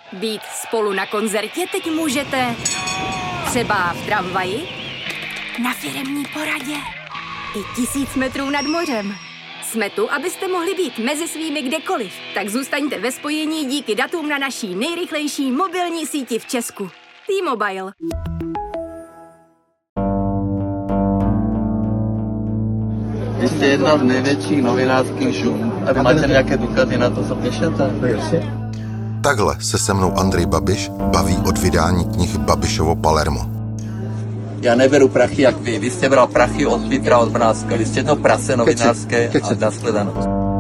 Být spolu na koncertě teď můžete třeba v tramvaji, na firemní poradě i 1000 metrů nad mořem. Jsme tu, abyste mohli být mezi svými kdekoliv. Tak zůstaňte ve spojení díky datům na naší nejrychlejší mobilní síti v Česku. T-Mobile. Vy jste jedna z největších novinářských žum. A vy máte nějaké důkazy na to, co píšete? Takhle se se mnou Andrej Babiš baví od vydání knih Babišovo Palermo. Já neberu prachy jak vy. Vy jste bral prachy od Twittera, od Mrázka. Vy jste to prase novinářské a nashledanou.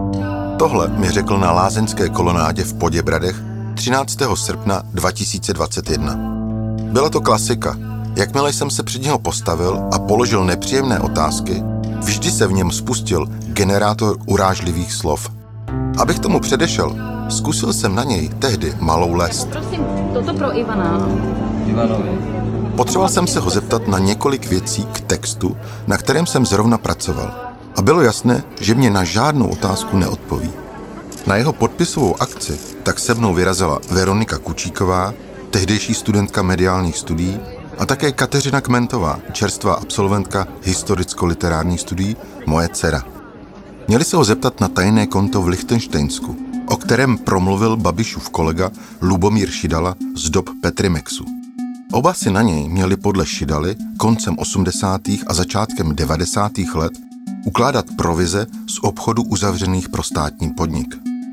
Tohle mi řekl na lázeňské kolonádě v Poděbradech 13. srpna 2021. Byla to klasika. Jakmile jsem se před něho postavil a položil nepříjemné otázky, vždy se v něm spustil generátor urážlivých slov. Abych tomu předešel, zkusil jsem na něj tehdy malou lest. Prosím, toto pro Ivana. Ivanovi. Potřeboval jsem se ho zeptat na několik věcí k textu, na kterém jsem zrovna pracoval. A bylo jasné, že mě na žádnou otázku neodpoví. Na jeho podpisovou akci tak se mnou vyrazila Veronika Kučíková, tehdejší studentka mediálních studií, a také Kateřina Kmentová, čerstvá absolventka historicko-literárních studií, moje dcera. Měli se ho zeptat na tajné konto v Lichtenštejnsku, o kterém promluvil Babišův kolega Lubomír Šidala z dob Petrimexu. Oba si na něj měli podle Šidaly koncem 80. a začátkem 90. let ukládat provize z obchodu uzavřených pro státní podnik.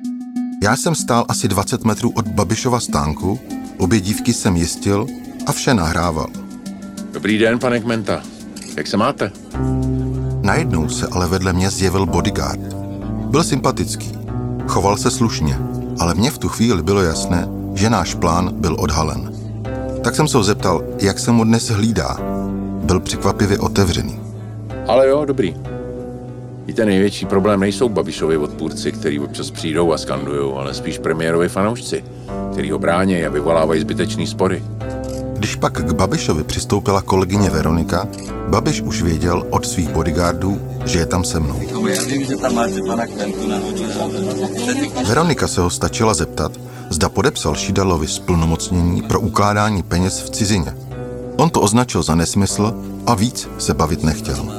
Já jsem stál asi 20 metrů od Babišova stánku, obě dívky jsem jistil a vše nahrával. Dobrý den, pane Kmenta. Jak se máte? Najednou se ale vedle mě zjevil bodyguard. Byl sympatický, choval se slušně, ale mně v tu chvíli bylo jasné, že náš plán byl odhalen. Tak jsem se ho zeptal, jak se mu dnes hlídá. Byl překvapivě otevřený. Ale jo, dobrý. Víte, největší problém nejsou Babišovi odpůrci, který občas přijdou a skandujou, ale spíš premiérovi fanoušci, který ho brání a vyvolávají zbytečný spory. Když pak k Babišovi přistoupila kolegyně Veronika, Babiš už věděl od svých bodyguardů, že je tam se mnou. Já vím, že tam máte pana Kmentu na hodinu. Veronika se ho stačila zeptat, zda podepsal Šidalovi splnomocnění pro ukládání peněz v cizině. On to označil za nesmysl a víc se bavit nechtěl.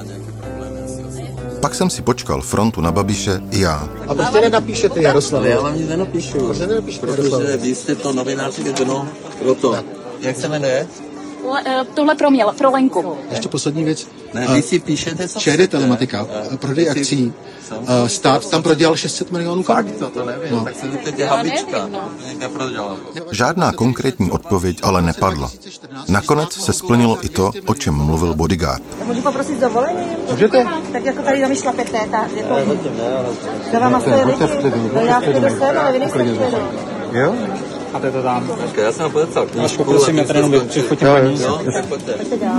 Pak jsem si počkal frontu na Babiše i já. A proč nenapíšete Jaroslavu? Já vám nic nenapíšu, protože vy jste to novinářské dno, proto. Jak se jmenuje? Tohle pro Lenku. Ještě poslední věc. Ne, vy si píšete, co ČD Telematika, prodej akcí. Stát tam prodělal 600 milionů. Fakt to nevím, no. Tak se zeptejte Havlíčka. Neprodělal. Žádná konkrétní odpověď ale nepadla. Nakonec se splnilo i to, o čem mluvil bodyguard. Můžu poprosit dovolení? Můžete? Tak jako tady na mě šlapete, je to... Za váma stojí lidi. Já chci do sebe, ale vy nejste v klidu. Jo? A to je to tam. Já jsem podepsal knížku. Poprosím, já tady jenom přifotím paní. Pojďte dál.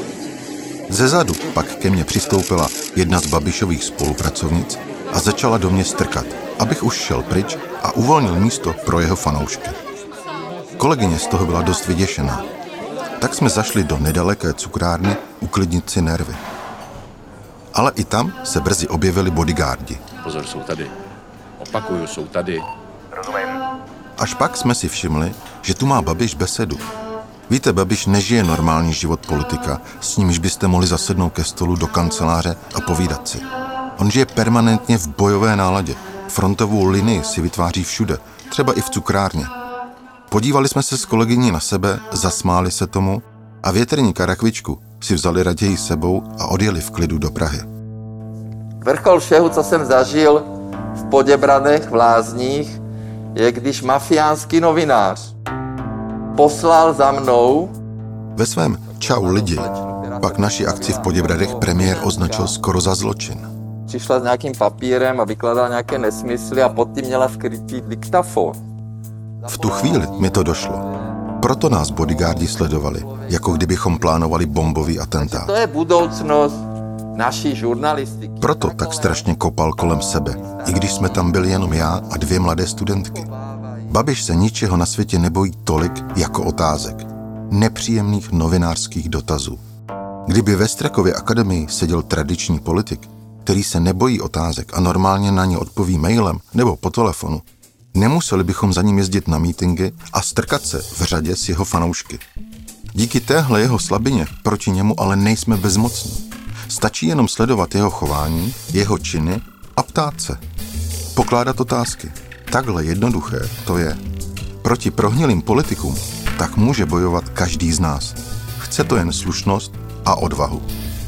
Zezadu pak ke mně přistoupila jedna z Babišových spolupracovnic a začala do mě strkat, abych už šel pryč a uvolnil místo pro jeho fanoušky. Kolegyně z toho byla dost vyděšená. Tak jsme zašli do nedaleké cukrárny uklidnit si nervy. Ale i tam se brzy objevili bodyguardi. Pozor, jsou tady. Opakuju, jsou tady. Až pak jsme si všimli, že tu má Babiš besedu. Víte, Babiš nežije normální život politika, s nímž byste mohli zasednout ke stolu do kanceláře a povídat si. On žije permanentně v bojové náladě. Frontovou linii si vytváří všude, třeba i v cukrárně. Podívali jsme se s kolegyní na sebe, zasmáli se tomu a větrníka rakvičku si vzali raději sebou a odjeli v klidu do Prahy. Vrchol všeho, co jsem zažil v Poděbradech, v Lázních, je, když mafiánský novinář poslal za mnou. Ve svém Čau lidi pak naši akci v Poděbradech premiér označil skoro za zločin. Přišla s nějakým papírem a vykladala nějaké nesmysly a pod tím měla skrytý diktafon. V tu chvíli mi to došlo. Proto nás bodyguardi sledovali, jako kdybychom plánovali bombový atentát. To je budoucnost naší žurnalistiky. Proto tak strašně kopal kolem sebe, i když jsme tam byli jenom já a 2 mladé studentky. Babiš se ničeho na světě nebojí tolik jako otázek. Nepříjemných novinářských dotazů. Kdyby ve Strakově akademii seděl tradiční politik, který se nebojí otázek a normálně na ně odpoví mailem nebo po telefonu, Nemuseli bychom za ním jezdit na mítinky a strkat se v řadě s jeho fanoušky. Díky téhle jeho slabině proti němu ale nejsme bezmocní. Stačí jenom sledovat jeho chování, jeho činy a ptát se. Pokládat otázky. Takhle jednoduché to je. Proti prohnilým politikům tak může bojovat každý z nás. Chce to jen slušnost a odvahu.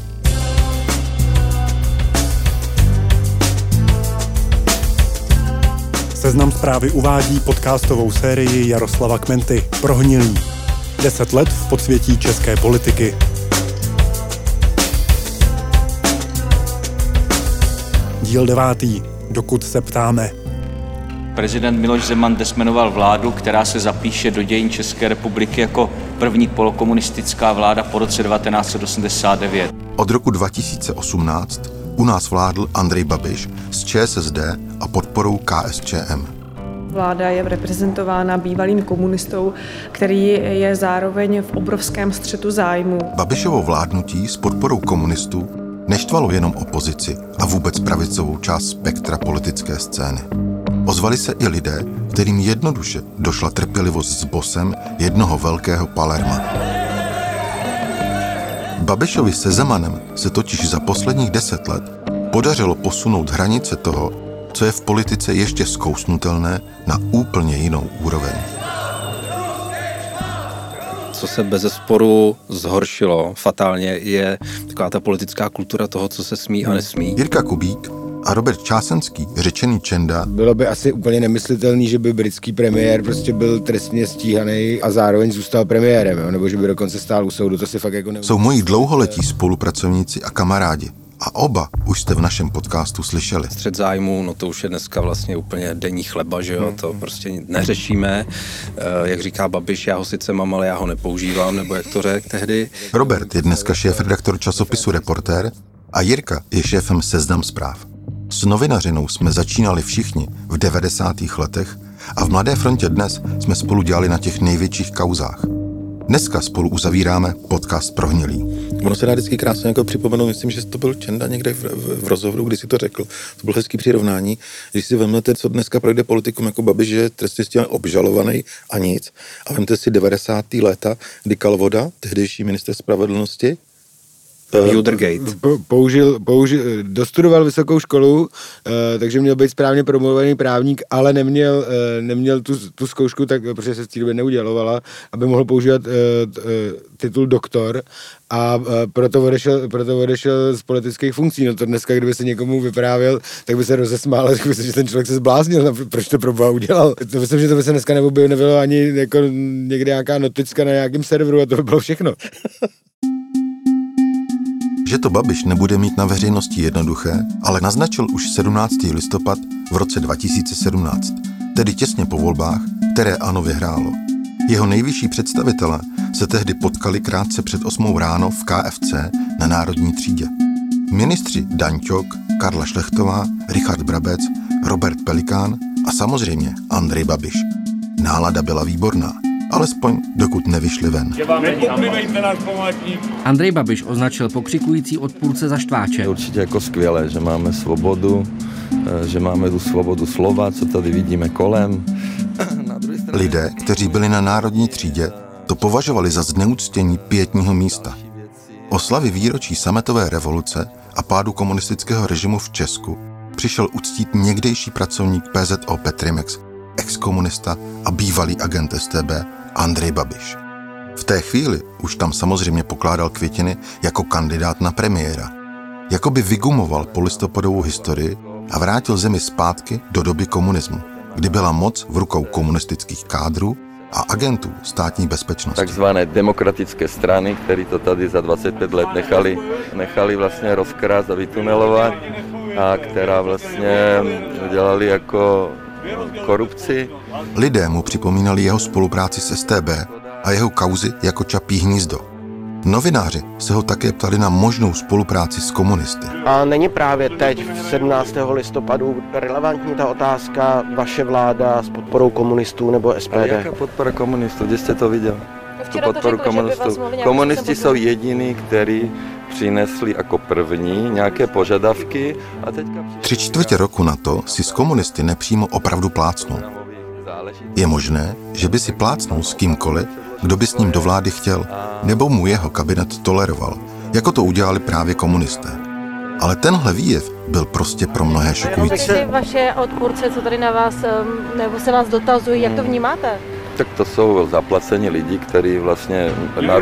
Seznam Zprávy uvádí podcastovou sérii Jaroslava Kmenty Prohnilý. 10 let v podsvětí české politiky. Díl 9. Dokud se ptáme. Prezident Miloš Zeman dnes jmenoval vládu, která se zapíše do dějin České republiky jako první polokomunistická vláda po roce 1989. Od roku 2018 u nás vládl Andrej Babiš z ČSSD a podporou KSČM. Vláda je reprezentována bývalým komunistou, který je zároveň v obrovském střetu zájmu. Babišovo vládnutí s podporou komunistů neštvalo jenom opozici a vůbec pravicovou část spektra politické scény. Ozvali se i lidé, kterým jednoduše došla trpělivost s bosem jednoho velkého Palerma. Babišovi se Zemanem se totiž za posledních 10 let podařilo posunout hranice toho, co je v politice ještě zkousnutelné, na úplně jinou úroveň. Co se bezesporu zhoršilo fatálně, je taková ta politická kultura toho, co se smí a nesmí. Jirka Kubík a Robert Čásenský, řečený Čenda. Bylo by asi úplně nemyslitelný, že by britský premiér prostě byl trestně stíhaný a zároveň zůstal premiérem, jo? Nebo že by dokonce stál u soudu, to si fakt jako Jsou moji dlouholetí spolupracovníci a kamarádi. A oba už jste v našem podcastu slyšeli. Střet zájmu, no to už je dneska vlastně úplně denní chleba, že jo, to prostě neřešíme. Jak říká Babiš, já ho sice mám, ale já ho nepoužívám, nebo jak to řekl tehdy. Robert je dneska šéfredaktor časopisu Reportér a Jirka je šéfem Seznam Zpráv. S novinařinou jsme začínali všichni v 90. letech a v Mladé frontě Dnes jsme spolu dělali na těch největších kauzách. Dneska spolu uzavíráme podcast Prohnilý. Ono se dá vždycky krásně jako připomenout, myslím, že to byl Čenda někde v rozhovoru, kdy si to řekl. To bylo hezký přirovnání, když si vezmete, co dneska projde politikům jako Babiš, že je trestně stíhaný, obžalovaný a nic. A vezmete si 90. léta, kdy Kalvoda, tehdejší ministr spravedlnosti, dostudoval vysokou školu, takže měl být správně promluvený právník, ale neměl tu zkoušku, tak, protože se v té době neudělovala, aby mohl používat titul doktor a proto odešel z politických funkcí. No to dneska, kdyby se někomu vyprávěl, tak by se rozesmál, tak by se, že ten člověk se zbláznil, no, proč to proboha udělal. To myslím, že to by se dneska nebylo ani jako někde nějaká noticka na nějakém serveru a to by bylo všechno. Že to Babiš nebude mít na veřejnosti jednoduché, ale naznačil už 17. listopad v roce 2017, tedy těsně po volbách, které ANO vyhrálo. Jeho nejvyšší představitelé se tehdy potkali krátce před 8 ráno v KFC na Národní třídě. Ministři Dan Ťok, Karla Šlechtová, Richard Brabec, Robert Pelikán a samozřejmě Andrej Babiš. Nálada byla výborná. Alespoň dokud nevyšli ven. Andrej Babiš označil pokřikující odpůrce za štváče. Určitě jako skvělé, že máme svobodu, že máme tu svobodu slova, co tady vidíme kolem. Lidé, kteří byli na Národní třídě, to považovali za zneuctění pietního místa. Oslavy výročí sametové revoluce a pádu komunistického režimu v Česku přišel uctít někdejší pracovník PZO Petrimex, exkomunista a bývalý agent StB Andrej Babiš. V té chvíli už tam samozřejmě pokládal květiny jako kandidát na premiéra. Jakoby vygumoval polistopadovou historii a vrátil zemi zpátky do doby komunismu, kdy byla moc v rukou komunistických kádrů a agentů státní bezpečnosti. Takzvané demokratické strany, které to tady za 25 let nechali vlastně rozkrást a vytunelovat a která vlastně dělali jako korupci. Lidé mu připomínali jeho spolupráci s StB a jeho kauzy jako Čapí hnízdo. Novináři se ho také ptali na možnou spolupráci s komunisty. A není právě teď, 17. listopadu, relevantní ta otázka vaše vláda s podporou komunistů nebo SPD? A jaká podpora komunistů? Kde jste to viděl? Tu podporu komunistů. Komunisti jsou jediní, kteří přinesli jako první nějaké požadavky a teďka... 3/4 roku na to si s komunisty nepřímo opravdu plácnul. Je možné, že by si plácnul s kýmkoliv, kdo by s ním do vlády chtěl, nebo mu jeho kabinet toleroval, jako to udělali právě komunisté. Ale tenhle výjev byl prostě pro mnohé šokující. Takže vaše odpůrce, co tady na vás, nebo se vás dotazují, jak to vnímáte? Tak to jsou zaplacení lidi, kteří vlastně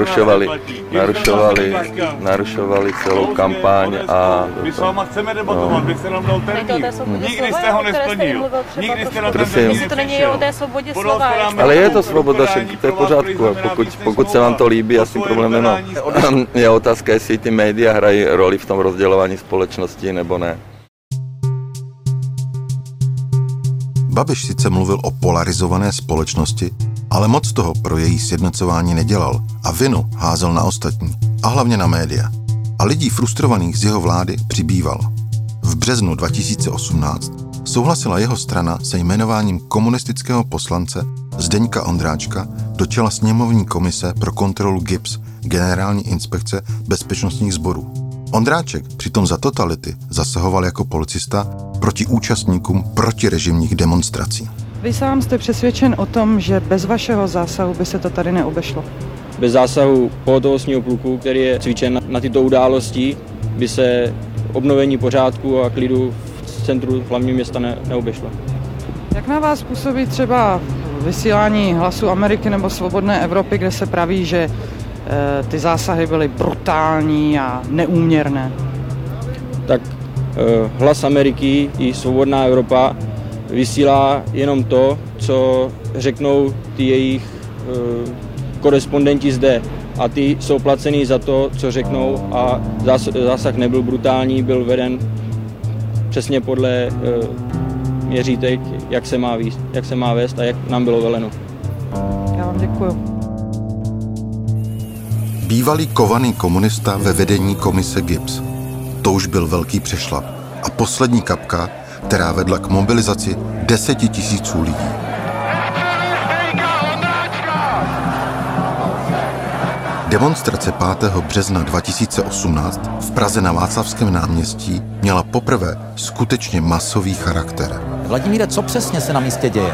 narušovali celou kampaň a... My s váma chceme debatovat, bych se nám dal termín. Nikdy jste ho nesplnil. Nikdy jste nám to není o té svobodě slova. Ale je to svoboda, to je v pořádku. Pokud se vám to líbí, asi problém nemá. Je otázka, jestli ty média hrají roli v tom rozdělování společnosti nebo ne. Babiš sice mluvil o polarizované společnosti, ale moc toho pro její sjednocování nedělal a vinu házel na ostatní a hlavně na média. A lidí frustrovaných z jeho vlády přibývalo. V březnu 2018 souhlasila jeho strana se jmenováním komunistického poslance Zdeňka Ondráčka do čela sněmovní komise pro kontrolu GIBS, Generální inspekce bezpečnostních sborů. Ondráček přitom za totality zasahoval jako policista proti účastníkům protirežimních demonstrací. Vy sám jste přesvědčen o tom, že bez vašeho zásahu by se to tady neobešlo? Bez zásahu pohotovostního pluku, který je cvičen na tyto události, by se obnovení pořádku a klidu v centru hlavního města neobešlo. Jak na vás působí třeba vysílání Hlasu Ameriky nebo Svobodné Evropy, kde se praví, že ty zásahy byly brutální a neúměrné? Tak Hlas Ameriky i Svobodná Evropa vysílá jenom to, co řeknou ty jejich korespondenti zde. A ty jsou placený za to, co řeknou a zásah nebyl brutální, byl veden přesně podle měřítek, jak se má vést a jak nám bylo veleno. Já vám děkuju. Bývalý kovaný komunista ve vedení komise GIBS. To už byl velký přešlap a poslední kapka, která vedla k mobilizaci 10 000 lidí. Demonstrace 5. března 2018 v Praze na Václavském náměstí měla poprvé skutečně masový charakter. Vladimíre, co přesně se na místě děje?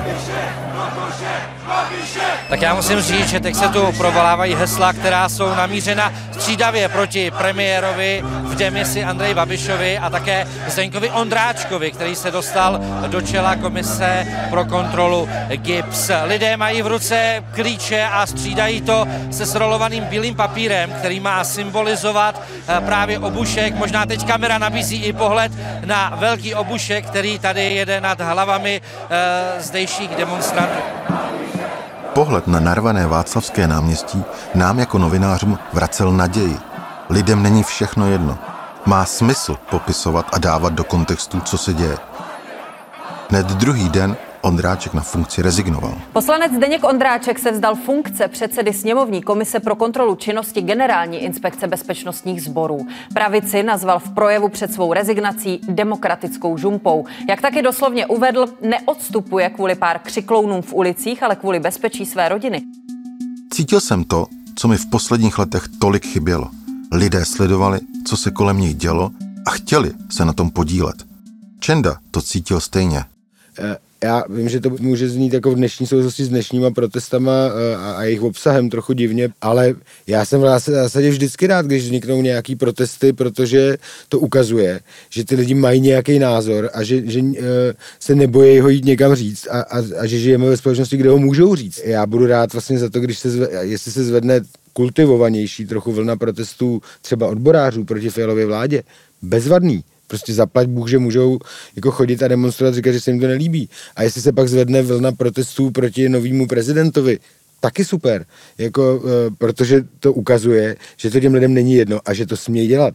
Tak já musím říct, že teď se tu provolávají hesla, která jsou namířena střídavě proti premiérovi v demisi Andreji Babišovi a také Zdeňkovi Ondráčkovi, který se dostal do čela komise pro kontrolu GIBS. Lidé mají v ruce klíče a střídají to se srolovaným bílým papírem, který má symbolizovat právě obušek. Možná teď kamera nabízí i pohled na velký obušek, který tady jede nad hlavami zdejších demonstrantů. Pohled na narvané Václavské náměstí nám jako novinářům vracel naději. Lidem není všechno jedno. Má smysl popisovat a dávat do kontextu, co se děje. Hned druhý den Ondráček na funkci rezignoval. Poslanec Zdeněk Ondráček se vzdal funkce předsedy sněmovní komise pro kontrolu činnosti Generální inspekce bezpečnostních sborů. Pravici nazval v projevu před svou rezignací demokratickou žumpou. Jak taky doslovně uvedl, neodstupuje kvůli pár křiklounům v ulicích, ale kvůli bezpečí své rodiny. Cítil jsem to, co mi v posledních letech tolik chybělo. Lidé sledovali, co se kolem nich dělo a chtěli se na tom podílet. Čenda to cítil stejně. Já vím, že to může znít jako v dnešní souvislosti s dnešníma protestama a jejich obsahem trochu divně, ale já jsem v zásadě vždycky rád, když vzniknou nějaký protesty, protože to ukazuje, že ty lidi mají nějaký názor a že se nebojí ho jít někam říct a že žijeme ve společnosti, kde ho můžou říct. Já budu rád vlastně za to, jestli se zvedne kultivovanější trochu vlna protestů třeba odborářů proti Fialově vládě. Bezvadný. Prostě zaplať Bůh, že můžou jako chodit a demonstrovat, říkat, že se jim to nelíbí. A jestli se pak zvedne vlna protestů proti novému prezidentovi, taky super. Protože to ukazuje, že to těm lidem není jedno a že to smějí dělat.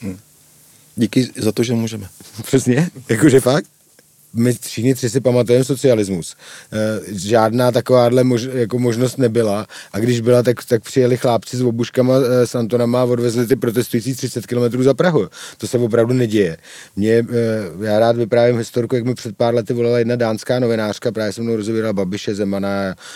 Díky za to, že můžeme. Přesně, jakože fakt. My všichni tři si pamatujeme socialismus. Žádná takováhle možnost nebyla a když byla, tak přijeli chlápci s obuškama, s Antonama a odvezli ty protestující 30 km za Prahu. To se opravdu neděje. Já rád vyprávím historku, jak mi před pár lety volala jedna dánská novinářka, právě se mnou rozebírala Babiše, Zemana,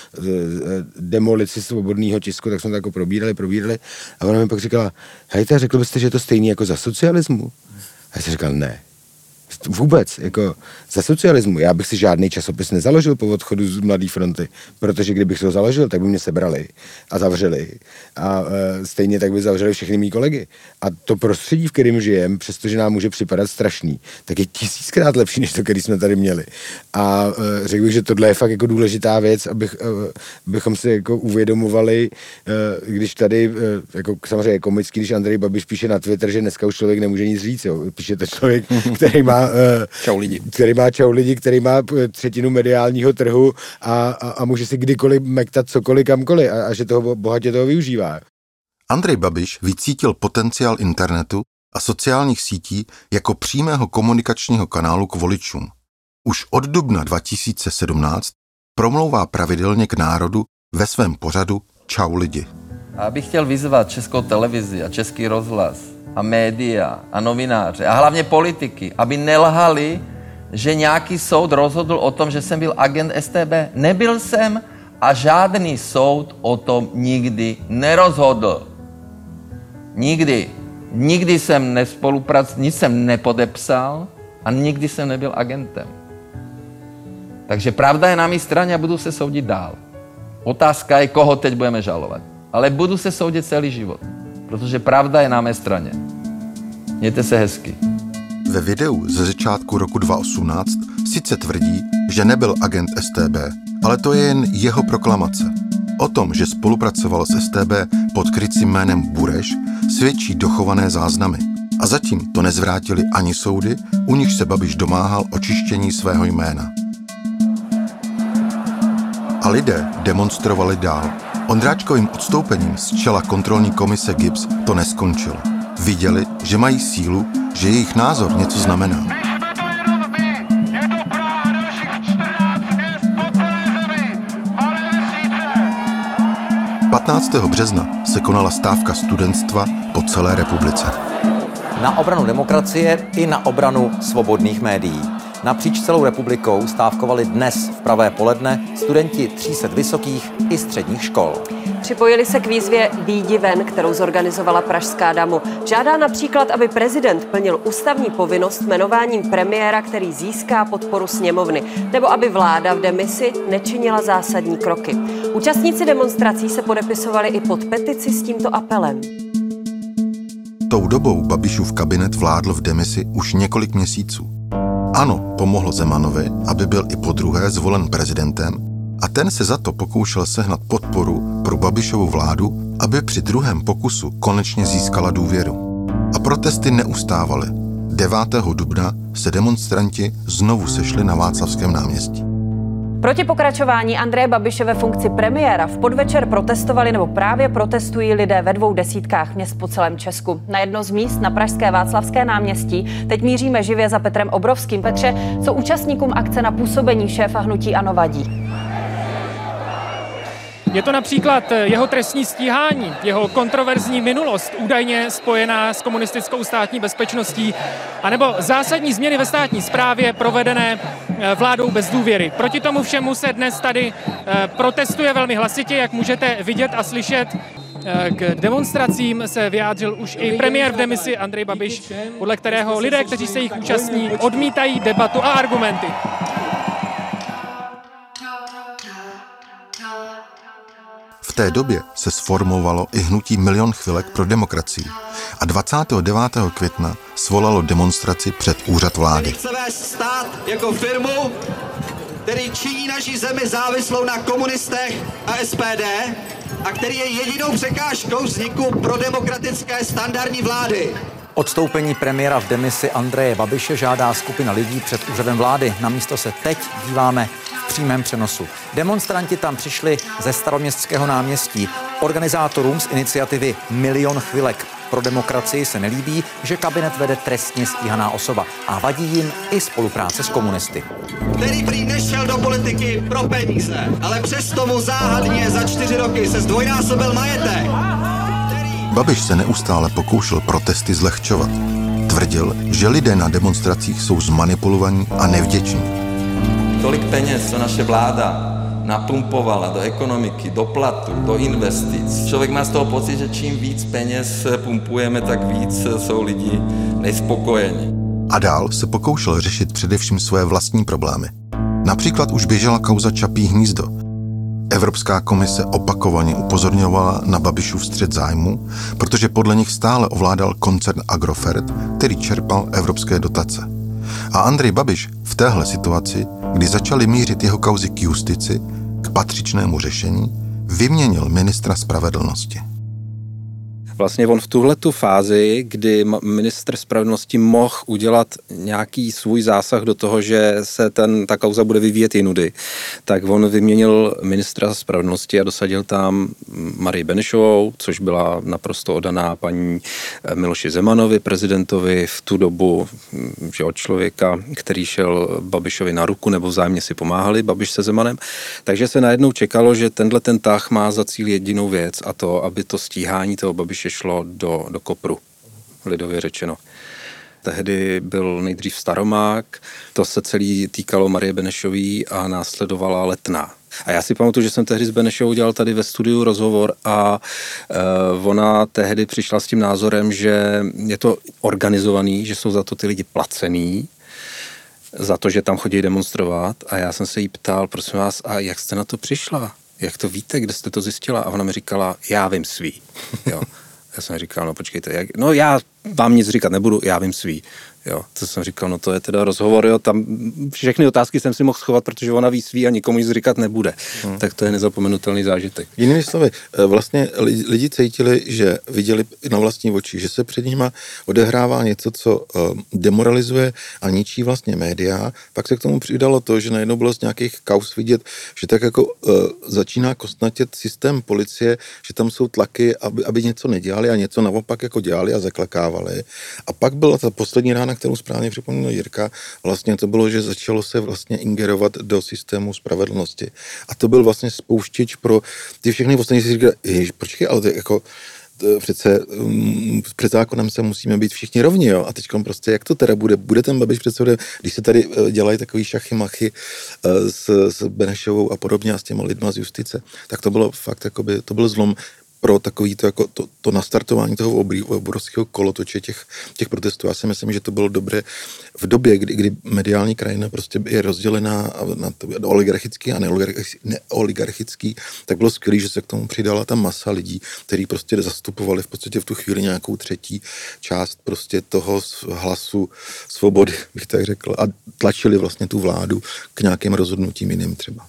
demolici svobodného tisku, tak jsme to jako probírali a ona mi pak říkala, hejte, řekl byste, že je to stejný jako za socialismu? A já jsem říkal, ne. Vůbec, jako za socialismu. Já bych si žádný časopis nezaložil po odchodu z Mladé fronty, protože kdybych si ho založil, tak by mě sebrali a zavřeli. A stejně tak by zavřeli všechny mý kolegy. A to prostředí, v kterém žijem, přestože nám může připadat strašný, tak je 1000krát lepší, než to, který jsme tady měli. A řekl bych, že tohle je fakt jako důležitá věc, abychom si jako uvědomovali, když tady, jako samozřejmě komický, když Andrej Babiš píše na Twitter, že dneska už člověk nemůže nic říct, jo. Píše to člověk, který má čau lidi, který má třetinu mediálního trhu a může si kdykoliv mektat cokoliv kamkoliv a že toho bohatě toho využívá. Andrej Babiš vycítil potenciál internetu a sociálních sítí jako přímého komunikačního kanálu k voličům. Už od dubna 2017 promlouvá pravidelně k národu ve svém pořadu Čau lidi. A bych chtěl vyzvat Českou televizi a Český rozhlas a média a novináře a hlavně politiky, aby nelhali, že nějaký soud rozhodl o tom, že jsem byl agent StB. Nebyl jsem a žádný soud o tom nikdy nerozhodl. Nikdy. Nikdy jsem nespolupracoval, nic jsem nepodepsal a nikdy jsem nebyl agentem. Takže pravda je na mé straně a budu se soudit dál. Otázka je, koho teď budeme žalovat. Ale budu se soudit celý život, protože pravda je na mé straně. Mějte se hezky. Ve videu ze začátku roku 2018 sice tvrdí, že nebyl agent StB, ale to je jen jeho proklamace. O tom, že spolupracoval s StB pod krycím jménem Bureš, svědčí dochované záznamy. A zatím to nezvrátili ani soudy, u nichž se Babiš domáhal očištění svého jména. A lidé demonstrovali dál. Ondráčkovým odstoupením z čela kontrolní komise GIBS to neskončilo. Viděli, že mají sílu, že jejich názor něco znamená. – 15. března se konala stávka studentstva po celé republice. Na obranu demokracie i na obranu svobodných médií. Napříč celou republikou stávkovali dnes v pravé poledne studenti 300 vysokých i středních škol. Připojili se k výzvě Výjdi ven, kterou zorganizovala Pražská Damu. Žádá například, aby prezident plnil ústavní povinnost jmenováním premiéra, který získá podporu sněmovny, nebo aby vláda v demisi nečinila zásadní kroky. Účastníci demonstrací se podepisovali i pod petici s tímto apelem. Tou dobou Babišův kabinet vládl v demisi už několik měsíců. Ano, pomohlo Zemanovi, aby byl i podruhé zvolen prezidentem, a ten se za to pokoušel sehnat podporu pro Babišovu vládu, aby při druhém pokusu konečně získala důvěru. A protesty neustávaly. 9. dubna se demonstranti znovu sešli na Václavském náměstí. Proti pokračování Andreje Babiše ve funkci premiéra v podvečer protestovali nebo právě protestují lidé ve 200 měst po celém Česku. Na jedno z míst na pražské Václavské náměstí teď míříme živě za Petrem Obrovským. Petře, co účastníkům akce na působení šéfa hnutí ANO vadí? Je to například jeho trestní stíhání, jeho kontroverzní minulost, údajně spojená s komunistickou státní bezpečností, anebo zásadní změny ve státní správě provedené vládou bez důvěry. Proti tomu všemu se dnes tady protestuje velmi hlasitě, jak můžete vidět a slyšet. K demonstracím se vyjádřil už i premiér v demisi Andrej Babiš, podle kterého lidé, kteří se jich účastní, odmítají debatu a argumenty. V té době se sformovalo i hnutí Milion chvilek pro demokracii a 29. května svolalo demonstraci před úřad vlády. Chce vést stát jako firmu, který činí naší zemi závislou na komunistech a SPD a který je jedinou překážkou vzniku prodemokratické standardní vlády. Odstoupení premiéra v demisi Andreje Babiše žádá skupina lidí před úřadem vlády. Na místo se teď díváme v přímém přenosu. Demonstranti tam přišli ze Staroměstského náměstí. Organizátorům z iniciativy Milion chvilek pro demokracii se nelíbí, že kabinet vede trestně stíhaná osoba a vadí jim i spolupráce s komunisty. Který prý nešel do politiky pro peníze, ale přesto mu záhadně za 4 roky se zdvojnásobil majetek. Babiš se neustále pokoušel protesty zlehčovat. Tvrdil, že lidé na demonstracích jsou zmanipulovaní a nevděční. Tolik peněz, co naše vláda napumpovala do ekonomiky, do platu, do investic. Člověk má z toho pocit, že čím víc peněz pumpujeme, tak víc jsou lidi nespokojeni. A dál se pokoušel řešit především své vlastní problémy. Například už běžela kauza Čapí hnízdo. Evropská komise opakovaně upozorňovala na Babišův střet zájmu, protože podle nich stále ovládal koncern Agrofert, který čerpal evropské dotace. A Andrej Babiš v téhle situaci, kdy začali mířit jeho kauzy k justici, k patřičnému řešení, vyměnil ministra spravedlnosti. Vlastně on v tuhletu fázi, kdy ministr spravedlnosti mohl udělat nějaký svůj zásah do toho, že se ta kauza bude vyvíjet jinudy, tak on vyměnil ministra spravedlnosti a dosadil tam Marii Benešovou, což byla naprosto oddaná paní Miloši Zemanovi, prezidentovi v tu dobu, že od člověka, který šel Babišovi na ruku nebo vzájemně si pomáhali, Babiš se Zemanem. Takže se najednou čekalo, že tenhle ten tah má za cíl jedinou věc, a to, aby to stíhání toho Babiše šlo do kopru, lidově řečeno. Tehdy byl nejdřív Staromák, to se celý týkalo Marie Benešový a následovala Letná. A já si pamatuju, že jsem tehdy s Benešovou dělal tady ve studiu rozhovor a ona tehdy přišla s tím názorem, že je to organizovaný, že jsou za to ty lidi placený, za to, že tam chodí demonstrovat, a já jsem se jí ptal, prosím vás, a jak jste na to přišla? Jak to víte, kde jste to zjistila? A ona mi říkala, já vím svý. Jo. Já jsem říkal, no počkejte, já vám nic říkat nebudu, já vím svý. Jo, to jsem říkal, no to je teda rozhovor, jo, tam všechny otázky jsem si mohl schovat, protože ona ví svý a nikomu nic říkat nebude. Tak to je nezapomenutelný zážitek. Jinými slovy, vlastně lidi cítili, že viděli na vlastní oči, že se před nimi odehrává něco, co demoralizuje a ničí vlastně média. Pak se k tomu přidalo to, že najednou bylo z nějakých kauz vidět, že tak jako začíná kostnatět systém policie, že tam jsou tlaky, aby něco nedělali a něco naopak jako dělali a zaklakávali. A pak byla ta poslední rána, kterou správně připomněl Jirka, vlastně to bylo, že začalo se vlastně ingerovat do systému spravedlnosti. A to byl vlastně spouštěč pro ty všechny ostatní, si říkali, počkej, ale to jako přece před zákonem se musíme být všichni rovni, jo? A teďkom prostě, jak to teda bude ten Babiš před soudem, když se tady dělají takový šachy-machy s Benešovou a podobně a s těma lidma z justice, tak to bylo fakt, jakoby, to byl zlom pro takový to, jako to nastartování toho obrovského kolotoče těch protestů. Já si myslím, že to bylo dobré v době, kdy mediální krajina prostě je rozdělená na oligarchický a neoligarchický, tak bylo skvělé, že se k tomu přidala ta masa lidí, kteří prostě zastupovali v podstatě v tu chvíli nějakou třetí část prostě toho hlasu svobody, bych tak řekl, a tlačili vlastně tu vládu k nějakým rozhodnutím jiným třeba.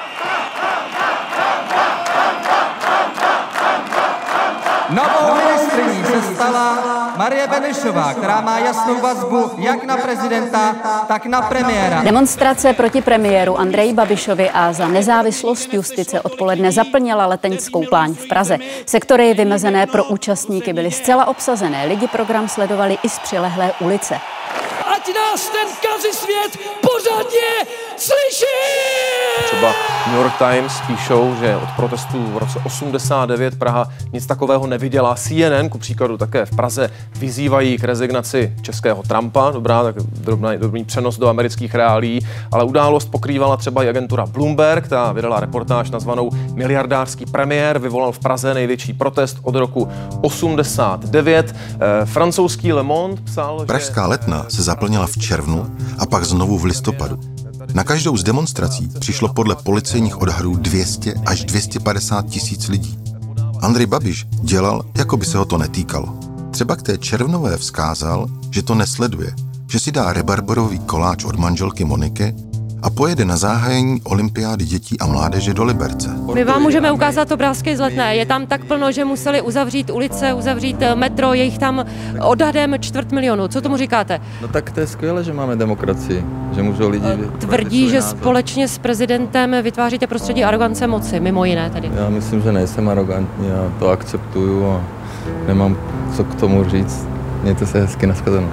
Novou ministryní se stala Marie Benešová, která má jasnou vazbu jak na prezidenta, tak na premiéra. Demonstrace proti premiéru Andreji Babišovi a za nezávislost justice odpoledne zaplnila Leteňskou pláň v Praze. Sektory vymezené pro účastníky byly zcela obsazené. Lidi program sledovali i z přilehlé ulice. Ať nás ten kazisvět pořádně slyší! Třeba New York Times píšou, že od protestů v roce 89 Praha nic takového neviděla. CNN, ku příkladu také v Praze, vyzývají k rezignaci českého Trumpa. Dobrá, tak drobný přenos do amerických reálií, ale událost pokrývala třeba i agentura Bloomberg, ta vydala reportáž nazvanou Miliardářský premiér vyvolal v Praze největší protest od roku 89. Francouzský Le Monde psal, Pražská Letná se zaplnila v červnu a pak znovu v listopadu. Na každou z demonstrací přišlo podle policejních odhadů 200 až 250 tisíc lidí. Andrej Babiš dělal, jako by se ho to netýkalo. Třeba k té červnové vzkázal, že to nesleduje, že si dá rebarbarový koláč od manželky Moniky a pojede na zahájení olympiády dětí a mládeže do Liberce. My vám můžeme ukázat obrázky z Letné. Je tam tak plno, že museli uzavřít ulice, uzavřít metro, je jich tam odhadem 250 000. Co tomu říkáte? No tak to je skvělé, že máme demokracii, že můžou lidi... Tvrdí, že společně s prezidentem vytváříte prostředí arogance moci, mimo jiné tedy. Já myslím, že nejsem arrogantní, já to akceptuju a nemám co k tomu říct. Mějte se hezky, nashledanou.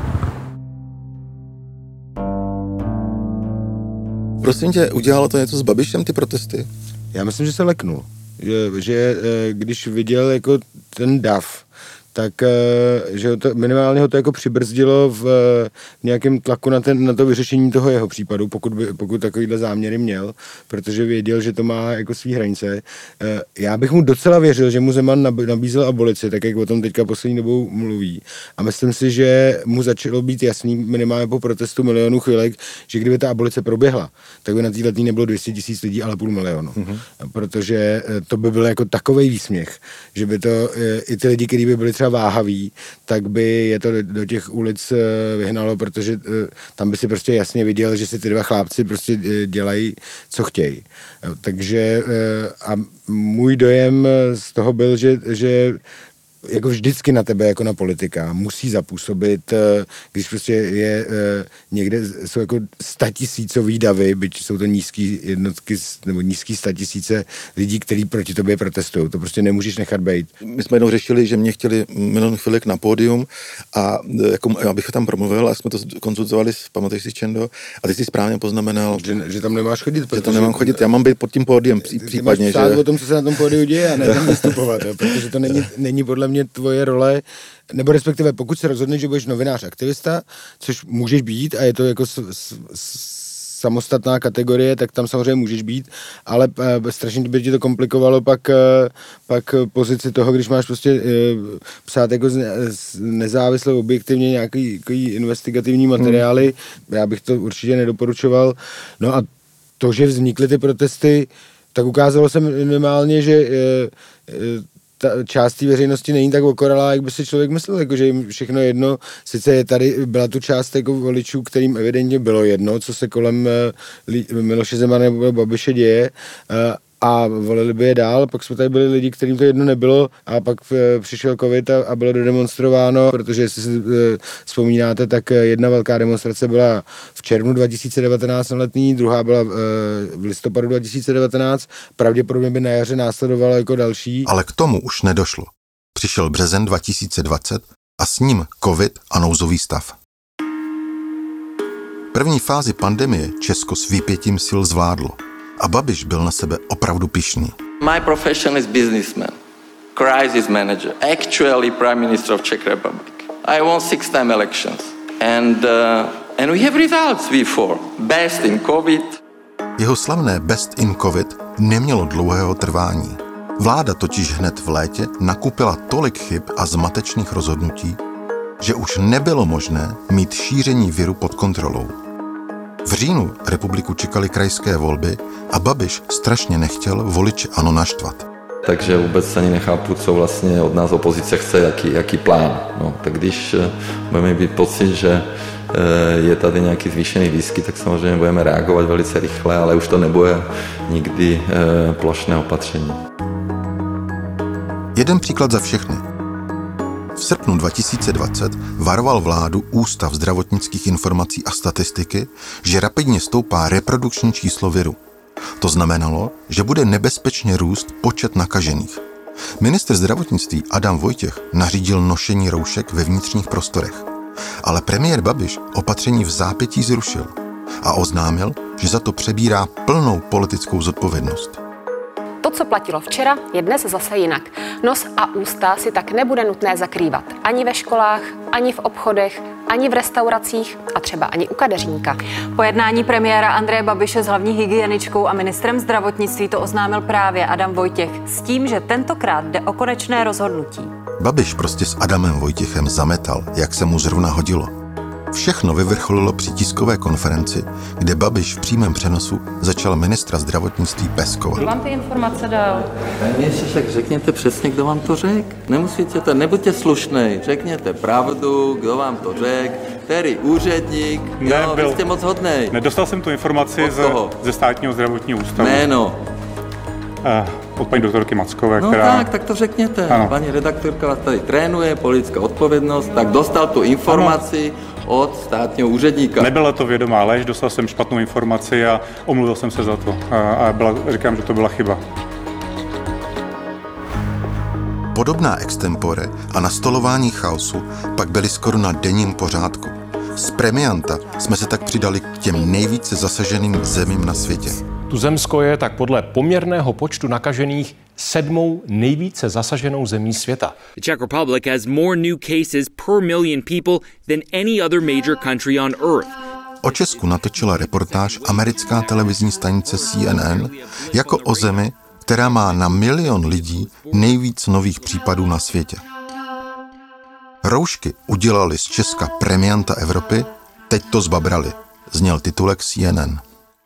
Prosím tě, udělalo to něco s Babišem, ty protesty? Já myslím, že se leknul. Že když viděl jako ten dav, tak že to, minimálně ho to jako přibrzdilo v nějakém tlaku na to vyřešení toho jeho případu, pokud takovýhle záměry měl, protože věděl, že to má jako svý hranice. Já bych mu docela věřil, že mu Zeman nabízel abolici, tak jak o tom teďka poslední dobou mluví. A myslím si, že mu začalo být jasný minimálně po protestu milionů chvilek, že kdyby ta abolice proběhla, tak by na této nebylo 200 000 lidí, ale 500 000. Protože to by byl jako takovej výsměch, že by to i ty lidi, kteří by byli třeba váhaví, tak by je to do těch ulic vyhnalo, protože tam by si prostě jasně viděl, že si ty dva chlápci prostě dělají, co chtějí. Takže a můj dojem z toho byl, že jako vždycky na tebe, jako na politika, musí zapůsobit, když prostě je někde, jsou jako 100 000 davy, byť jsou to nízký jednotky, nebo nízký 100 000 lidí, kteří proti tobě protestují. To prostě nemůžeš nechat bejt. My jsme jednou řešili, že mě chtěli milion chvilek na pódium a jako, abych tam promluvil a jsme to konzultovali, pamatuješ si, Čendo, a ty jsi správně poznamenal, že tam nemáš chodit. Že tam nemám chodit, já mám být pod tím pódiem případně. Ty máš psát o tom, co se na tom pódiu děje a ne tam vystupovat, protože to není podle mě tvoje role, nebo respektive pokud se rozhodneš, že budeš novinář aktivista, což můžeš být a je to jako samostatná kategorie, tak tam samozřejmě můžeš být, ale strašně by ti to komplikovalo pak pozici toho, když máš prostě psát jako nezávisle, objektivně nějaký investigativní materiály, já bych to určitě nedoporučoval. No a to, že vznikly ty protesty, tak ukázalo se minimálně, že ta část té veřejnosti není tak okoralá, jak by si člověk myslel, jako, že jim všechno jedno, sice je tady, byla tu část jako voličů, kterým evidentně bylo jedno, co se kolem Miloše Zemana nebo Babiše děje, a volili by je dál, pak jsme tady byli lidi, kterým to jedno nebylo a pak přišel covid a bylo demonstrováno, protože jestli si vzpomínáte, tak jedna velká demonstrace byla v červnu 2019 na Letný, druhá byla v listopadu 2019, pravděpodobně by na jaře následovalo jako další. Ale k tomu už nedošlo. Přišel březen 2020 a s ním covid a nouzový stav. První fázi pandemie Česko s výpětím sil zvládlo. A Babiš byl na sebe opravdu pyšný. My profession is businessman, crisis manager, actually Prime Minister of Czech Republic. I won 6-time elections and we have results V4. Best in COVID. Jeho slavné Best in COVID nemělo dlouhého trvání. Vláda totiž hned v létě nakupila tolik chyb a zmatečných rozhodnutí, že už nebylo možné mít šíření viru pod kontrolou. V říjnu republiku čekaly krajské volby a Babiš strašně nechtěl voliče ANO naštvat. Takže vůbec ani nechápu, co vlastně od nás opozice chce, jaký plán. No, tak když budeme mít pocit, že je tady nějaký zvýšený výskyt, tak samozřejmě budeme reagovat velice rychle, ale už to nebude nikdy plošné opatření. Jeden příklad za všechny. V srpnu 2020 varoval vládu Ústav zdravotnických informací a statistiky, že rapidně stoupá reprodukční číslo viru. To znamenalo, že bude nebezpečně růst počet nakažených. Ministr zdravotnictví Adam Vojtěch nařídil nošení roušek ve vnitřních prostorech. Ale premiér Babiš opatření v zápětí zrušil a oznámil, že za to přebírá plnou politickou zodpovědnost. To, co platilo včera, je dnes zase jinak. Nos a ústa si tak nebude nutné zakrývat ani ve školách, ani v obchodech, ani v restauracích a třeba ani u kadeřníka. Po jednání premiéra Andreje Babiše s hlavní hygieničkou a ministrem zdravotnictví to oznámil právě Adam Vojtěch s tím, že tentokrát jde o konečné rozhodnutí. Babiš prostě s Adamem Vojtěchem zametal, jak se mu zrovna hodilo. Všechno vyvrcholilo při tiskové konferenci, kde Babiš v přímém přenosu začal ministra zdravotnictví peskovat. Kdo vám ty informace dal? Ježišek, řekněte přesně, kdo vám to řekl. Nemusíte to, nebuďte slušnej, řekněte pravdu, kdo vám to řekl, který úředník, vy jste moc hodnej. Nedostal jsem tu informaci ze státního zdravotního ústavu. Jméno. Od paní doktorky Mackové, no která... tak to řekněte. Ano. Paní redaktorka vás tady trénuje, politická odpovědnost, tak dostal tu informaci od státního úředníka. Nebyla to vědomá lež, dostal jsem špatnou informaci a omluvil jsem se za to. Říkám, že to byla chyba. Podobná extempore a nastolování chaosu pak byly skoro na denním pořádku. Z premianta jsme se tak přidali k těm nejvíce zasaženým zemím na světě. Tuzemsko je tak podle poměrného počtu nakažených 7. nejvíce zasaženou zemí světa. The Czech Republic has more new cases per million people than any other major country on earth. O Česku natočila reportáž americká televizní stanice CNN jako o zemi, která má na 1 milion lidí nejvíc nových případů na světě. Roušky udělali z Česka premianta Evropy, teď to zbabrali, zněl titulek CNN.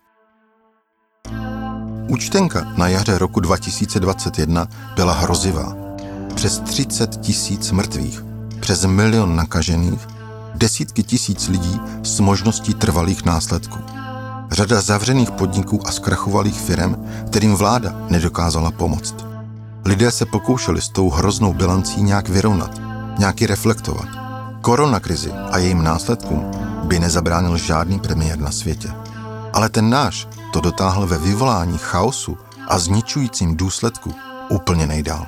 Účtenka na jaře roku 2021 byla hrozivá. Přes 30 000 mrtvých, přes 1 milion nakažených, desítky tisíc lidí s možností trvalých následků. Řada zavřených podniků a zkrachovalých firem, kterým vláda nedokázala pomoct. Lidé se pokoušeli s tou hroznou bilancí nějak vyrovnat, nějak ji reflektovat. Koronakrizi a jejím následkům by nezabránil žádný premiér na světě. Ale ten náš to dotáhl ve vyvolání chaosu a zničujícím důsledku úplně nejdál.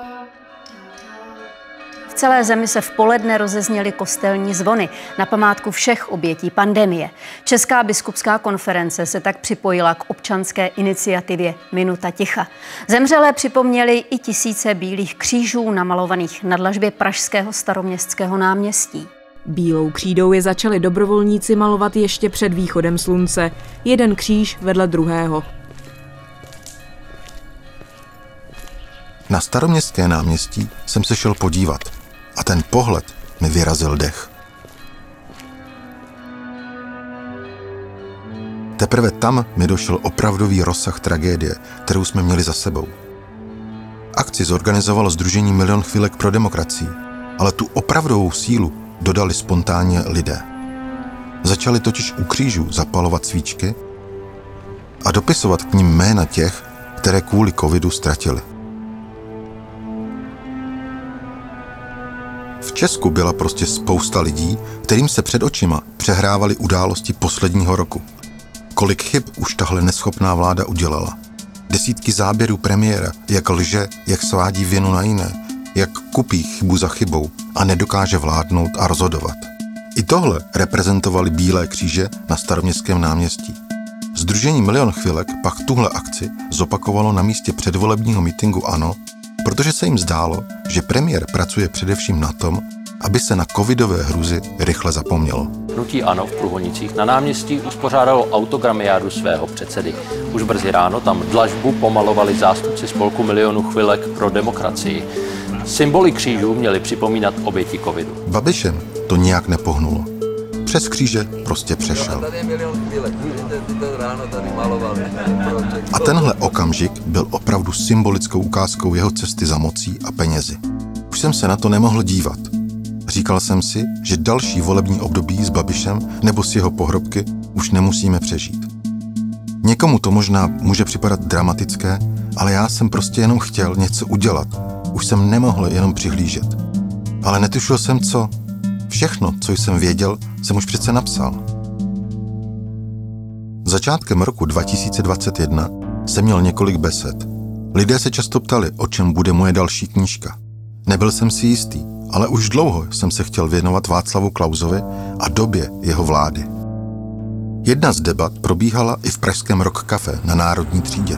V celé zemi se v poledne rozezněly kostelní zvony na památku všech obětí pandemie. Česká biskupská konference se tak připojila k občanské iniciativě Minuta ticha. Zemřelé připomněli i tisíce bílých křížů namalovaných na dlažbě pražského Staroměstského náměstí. Bílou křídou je začali dobrovolníci malovat ještě před východem slunce. Jeden kříž vedle druhého. Na Staroměstské náměstí jsem se šel podívat a ten pohled mi vyrazil dech. Teprve tam mi došel opravdový rozsah tragédie, kterou jsme měli za sebou. Akci zorganizovalo Sdružení Milion chvilek pro demokracii, ale tu opravdovou sílu dodali spontánně lidé. Začali totiž u křížů zapalovat svíčky a dopisovat k nim jména těch, které kvůli covidu ztratili. V Česku byla prostě spousta lidí, kterým se před očima přehrávaly události posledního roku. Kolik chyb už tahle neschopná vláda udělala. Desítky záběrů premiéra, jak lže, jak svádí vinu na jiné, jak kupí chybu za chybou a nedokáže vládnout a rozhodovat. I tohle reprezentovali bílé kříže na Staroměstském náměstí. Sdružení Milion chvilek pak tuhle akci zopakovalo na místě předvolebního mítinku ANO, protože se jim zdálo, že premiér pracuje především na tom, aby se na covidové hrůzy rychle zapomnělo. Hnutí ANO v Průhonicích na náměstí uspořádalo autogramiádu svého předsedy. Už brzy ráno tam dlažbu pomalovali zástupci spolku Milionu chvilek pro demokracii. Symboly křížů měly připomínat oběti covidu. Babišem to nijak nepohnulo. Přes kříže prostě přešel. A tenhle okamžik byl opravdu symbolickou ukázkou jeho cesty za mocí a penězi. Už jsem se na to nemohl dívat. Říkal jsem si, že další volební období s Babišem nebo s jeho pohrobky už nemusíme přežít. Někomu to možná může připadat dramatické, ale já jsem prostě jenom chtěl něco udělat. Už jsem nemohl jenom přihlížet. Ale netušil jsem co. Všechno, co jsem věděl, jsem už přece napsal. Začátkem roku 2021 jsem měl několik besed. Lidé se často ptali, o čem bude moje další knížka. Nebyl jsem si jistý, ale už dlouho jsem se chtěl věnovat Václavu Klausovi a době jeho vlády. Jedna z debat probíhala i v pražském Rock Café na Národní třídě.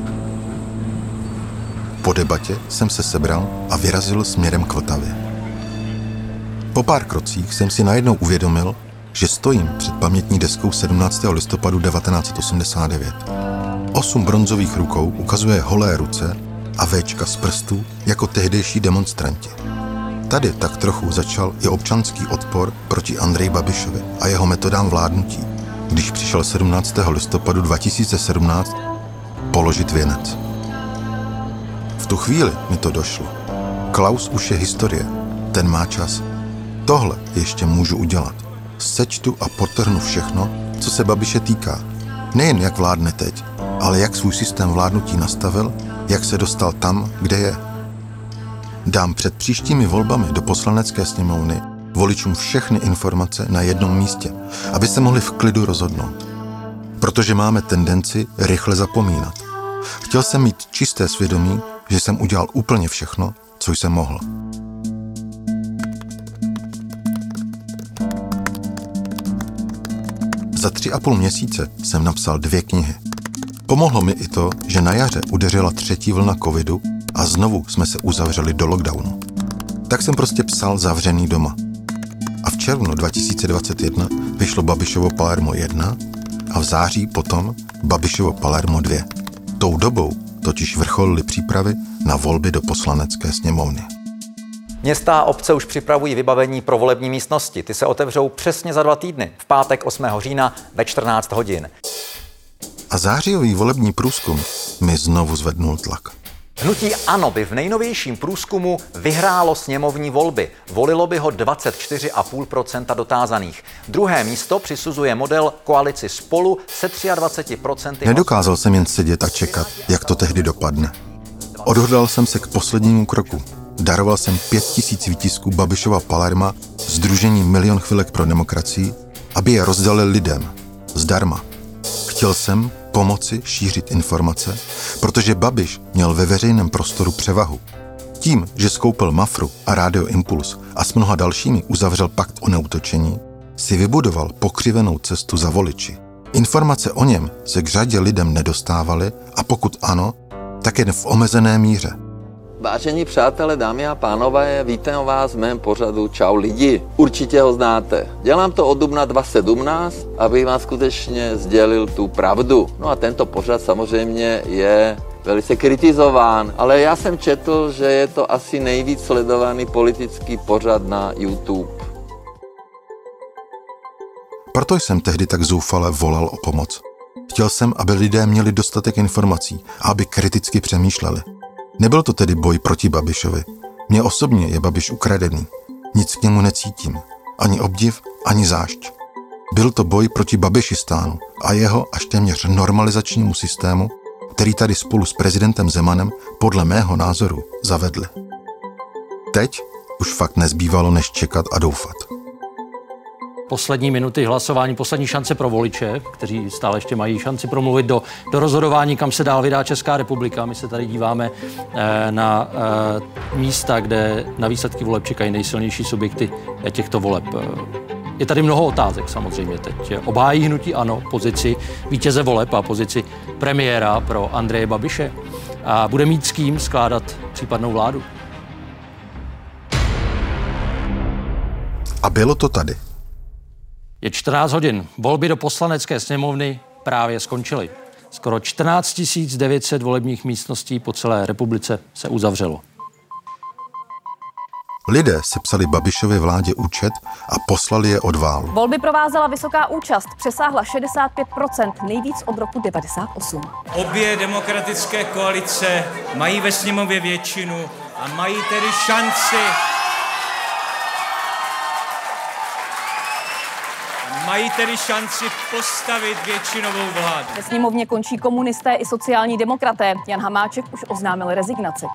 Po debatě jsem se sebral a vyrazil směrem k Vltavě. Po pár krocích jsem si najednou uvědomil, že stojím před pamětní deskou 17. listopadu 1989. 8 bronzových rukou ukazuje holé ruce a véčka z prstů jako tehdejší demonstranti. Tady tak trochu začal i občanský odpor proti Andreji Babišovi a jeho metodám vládnutí, když přišel 17. listopadu 2017 položit věnec. V tu chvíli mi to došlo. Klaus už je historie, ten má čas. Tohle ještě můžu udělat. Sečtu a podtrhnu všechno, co se Babiše týká. Nejen jak vládne teď, ale jak svůj systém vládnutí nastavil, jak se dostal tam, kde je. Dám před příštími volbami do Poslanecké sněmovny voličům všechny informace na jednom místě, aby se mohli v klidu rozhodnout. Protože máme tendenci rychle zapomínat. Chtěl jsem mít čisté svědomí, že jsem udělal úplně všechno, co jsem mohl. za 3,5 měsíce jsem napsal 2 knihy. Pomohlo mi i to, že na jaře udeřila 3. vlna covidu a znovu jsme se uzavřeli do lockdownu. Tak jsem prostě psal zavřený doma. A v červnu 2021 vyšlo Babišovo Palermo 1 a v září potom Babišovo Palermo 2. Tou dobou totiž vrcholily přípravy na volby do Poslanecké sněmovny. Města a obce už připravují vybavení pro volební místnosti. Ty se otevřou přesně za 2 týdny, v pátek 8. října ve 14 hodin. A zářijový volební průzkum mi znovu zvednul tlak. Hnutí ANO by v nejnovějším průzkumu vyhrálo sněmovní volby. Volilo by ho 24,5% dotázaných. Druhé místo přisuzuje model koalici Spolu se 23%. Nedokázal jsem jen sedět a čekat, jak to tehdy dopadne. Odhodlal jsem se k poslednímu kroku. Daroval jsem 5 000 výtisků Babišova Palerma sdružení Milion chvilek pro demokracii, aby je rozdali lidem. Zdarma. Chtěl jsem pomoci šířit informace, protože Babiš měl ve veřejném prostoru převahu. Tím, že skoupil Mafru a Rádio Impuls a s mnoha dalšími uzavřel pakt o neútočení, si vybudoval pokřivenou cestu za voliči. Informace o něm se k řadě lidem nedostávaly a pokud ano, tak jen v omezené míře. Vážení přátelé, dámy a pánové, vítám vás v mém pořadu Čau lidi. Určitě ho znáte. Dělám to od dubna 2017, abych vám skutečně sdělil tu pravdu. No a tento pořad samozřejmě je velice kritizován, ale já jsem četl, že je to asi nejvíc sledovaný politický pořad na YouTube. Proto jsem tehdy tak zoufale volal o pomoc. Chtěl jsem, aby lidé měli dostatek informací a aby kriticky přemýšleli. Nebyl to tedy boj proti Babišovi. Mně osobně je Babiš ukradený. Nic k němu necítím. Ani obdiv, ani zášť. Byl to boj proti Babišistánu a jeho až téměř normalizačnímu systému, který tady spolu s prezidentem Zemanem podle mého názoru zavedli. Teď už fakt nezbývalo než čekat a doufat. Poslední minuty hlasování, poslední šance pro voliče, kteří stále ještě mají šanci promluvit do rozhodování, kam se dál vydá Česká republika. My se tady díváme na místa, kde na výsledky voleb čekají nejsilnější subjekty těchto voleb. Je tady mnoho otázek samozřejmě teď. Obhájí hnutí ANO pozici vítěze voleb a pozici premiéra pro Andreje Babiše a bude mít s kým skládat případnou vládu. A bylo to tady. Je 14 hodin. Volby do Poslanecké sněmovny právě skončily. Skoro 14 900 volebních místností po celé republice se uzavřelo. Lidé sepsali Babišově vládě účet a poslali je od válu. Volby provázela vysoká účast, přesáhla 65%, nejvíc od roku 1998. Obě demokratické koalice mají ve sněmovně většinu a mají tedy šanci postavit většinovou vládu. Ve sněmovně končí komunisté i sociální demokraté. Jan Hamáček už oznámil rezignaci.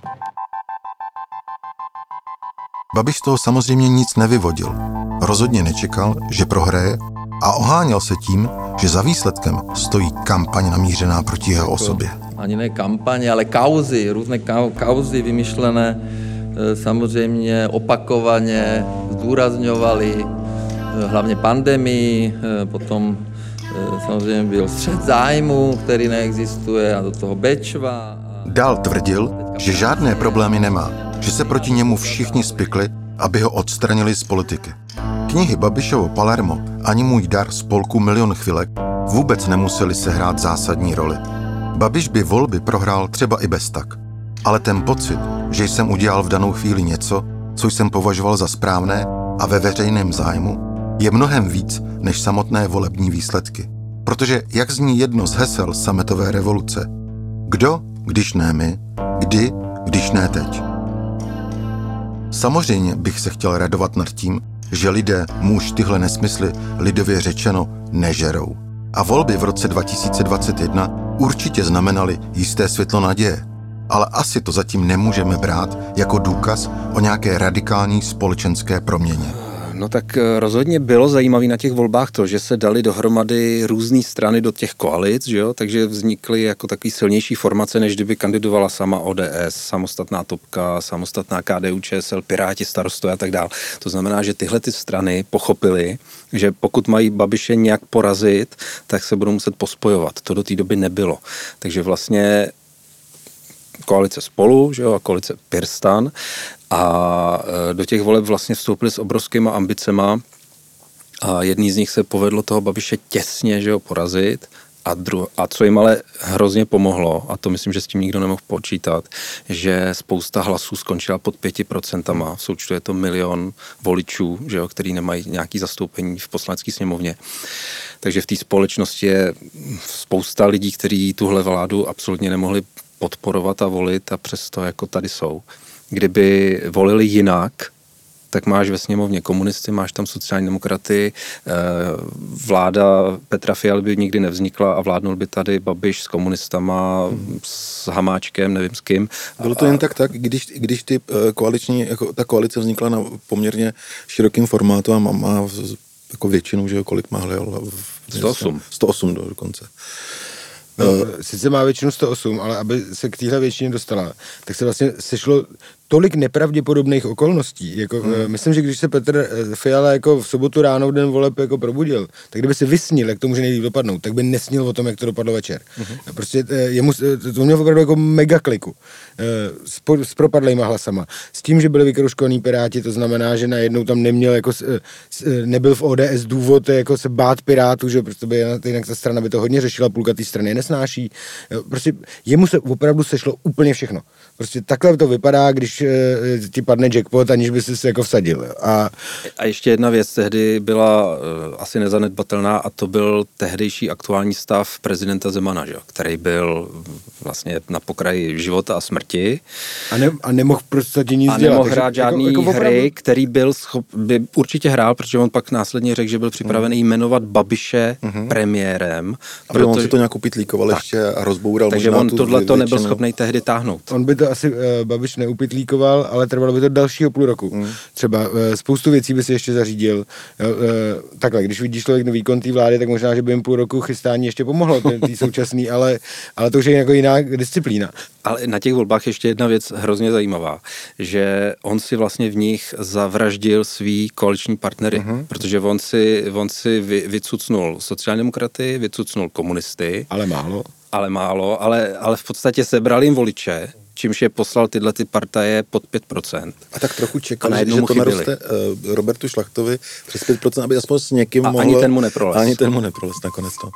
Babiš z toho samozřejmě nic nevyvodil. Rozhodně nečekal, že prohraje a oháněl se tím, že za výsledkem stojí kampaň namířená proti jeho osobě. Ani ne kampaně, ale kauzy, různé kauzy vymyšlené, samozřejmě opakovaně zdůrazňovali hlavně pandemii, potom samozřejmě byl střet zájmu, který neexistuje a do toho Bečva. Dál tvrdil, že žádné problémy nemá, že se proti němu všichni spikli, aby ho odstranili z politiky. Knihy Babišovo Palermo ani Můj dar spolku Milion chvilek vůbec nemuseli sehrát zásadní roli. Babiš by volby prohrál třeba i bez tak. Ale ten pocit, že jsem udělal v danou chvíli něco, co jsem považoval za správné a ve veřejném zájmu, je mnohem víc než samotné volební výsledky. Protože jak zní jedno z hesel sametové revoluce? Kdo, když ne my? Kdy, když ne teď? Samozřejmě bych se chtěl radovat nad tím, že lidé muž tyhle nesmysly lidově řečeno nežerou. A volby v roce 2021 určitě znamenaly jisté světlo naděje. Ale asi to zatím nemůžeme brát jako důkaz o nějaké radikální společenské proměně. No tak rozhodně bylo zajímavé na těch volbách to, že se dali dohromady různé strany do těch koalic, že jo? Takže vznikly jako takový silnější formace, než kdyby kandidovala sama ODS, samostatná Topka, samostatná KDU-ČSL, Piráti, Starostové a tak dál. To znamená, že tyhle ty strany pochopily, že pokud mají Babiše nějak porazit, tak se budou muset pospojovat. To do té doby nebylo. Takže vlastně koalice Spolu, že jo, a koalice PirSTAN a do těch voleb vlastně vstoupili s obrovskýma ambicema a jedný z nich se povedlo toho Babiše těsně, že jo, porazit a co jim ale hrozně pomohlo, a to myslím, že s tím nikdo nemohl počítat, že spousta hlasů skončila pod 5%, v součtu je to 1 milion voličů, že jo, který nemají nějaký zastoupení v poslanecké sněmovně. Takže v té společnosti je spousta lidí, kteří tuhle vládu absolutně nemohli podporovat a volit a přesto jako tady jsou. Kdyby volili jinak, tak máš ve sněmovně komunisty, máš tam sociální demokraty, vláda Petra Fialy by nikdy nevznikla a vládnul by tady Babiš s komunistama, s Hamáčkem, nevím s kým. Bylo to jen tak, když ty koaliční, jako ta koalice vznikla na poměrně širokým formátu a má jako většinu, že jo, kolik má 108 dokonce. No, sice má většinu 108, ale aby se k téhle většině dostala, tak se vlastně sešlo tolik nepravděpodobných okolností. Jako, myslím, že když se Petr Fiala jako v sobotu ráno v den voleb jako probudil, tak kdyby se vysnil, jak to může nejlíp dopadnout, tak by nesnil o tom, jak to dopadlo večer. Prostě to mělo opravdu jako mega kliku. S propadlejma hlasama. S tím, že byli vykrouškovaní Piráti, to znamená, že najednou tam neměl jako nebyl v ODS důvod jako se bát Pirátů, že prostě by jinak ta strana by to hodně řešila, půlka té strany nesnáší. Prostě jemu se opravdu sešlo úplně všechno. Prostě takhle to vypadá, když ti padne jackpot, aniž by si se jako vsadil. A ještě jedna věc tehdy byla asi nezanedbatelná a to byl tehdejší aktuální stav prezidenta Zemana, že? Který byl vlastně na pokraji života a smrti. A nemohl prostě nic dělat. A nemohl hrát žádný hry, který by určitě hrál, protože on pak následně řekl, že byl připravený jmenovat Babiše premiérem. Aby on si to nějak upitlíkoval ještě a rozboural. Takže on tohleto nebyl schopný tehdy táhnout. On by to asi Babiš neupitlíkoval, ale trvalo by to dalšího půl roku. Třeba spoustu věcí by si ještě zařídil. Takhle, když vidíš člověk výkon té vlády, tak možná, že by jim půl roku chystání ještě pomohlo, tý současný, ale to už je jako jiná disciplína. Ale na těch volbách ještě jedna věc hrozně zajímavá, že on si vlastně v nich zavraždil svý koaliční partnery, protože on si vycucnul sociální demokraty, vycucnul komunisty. Ale málo, ale v podstatě sebral jim voliče, čímž je poslal tyhle ty partaje pod 5%. A tak trochu čekal, že to naroste Robertu Šlachtovi přes 5%, aby aspoň s někým mohl... Ani ten mu neprolez. Ani ten mu neprolez nakonec to.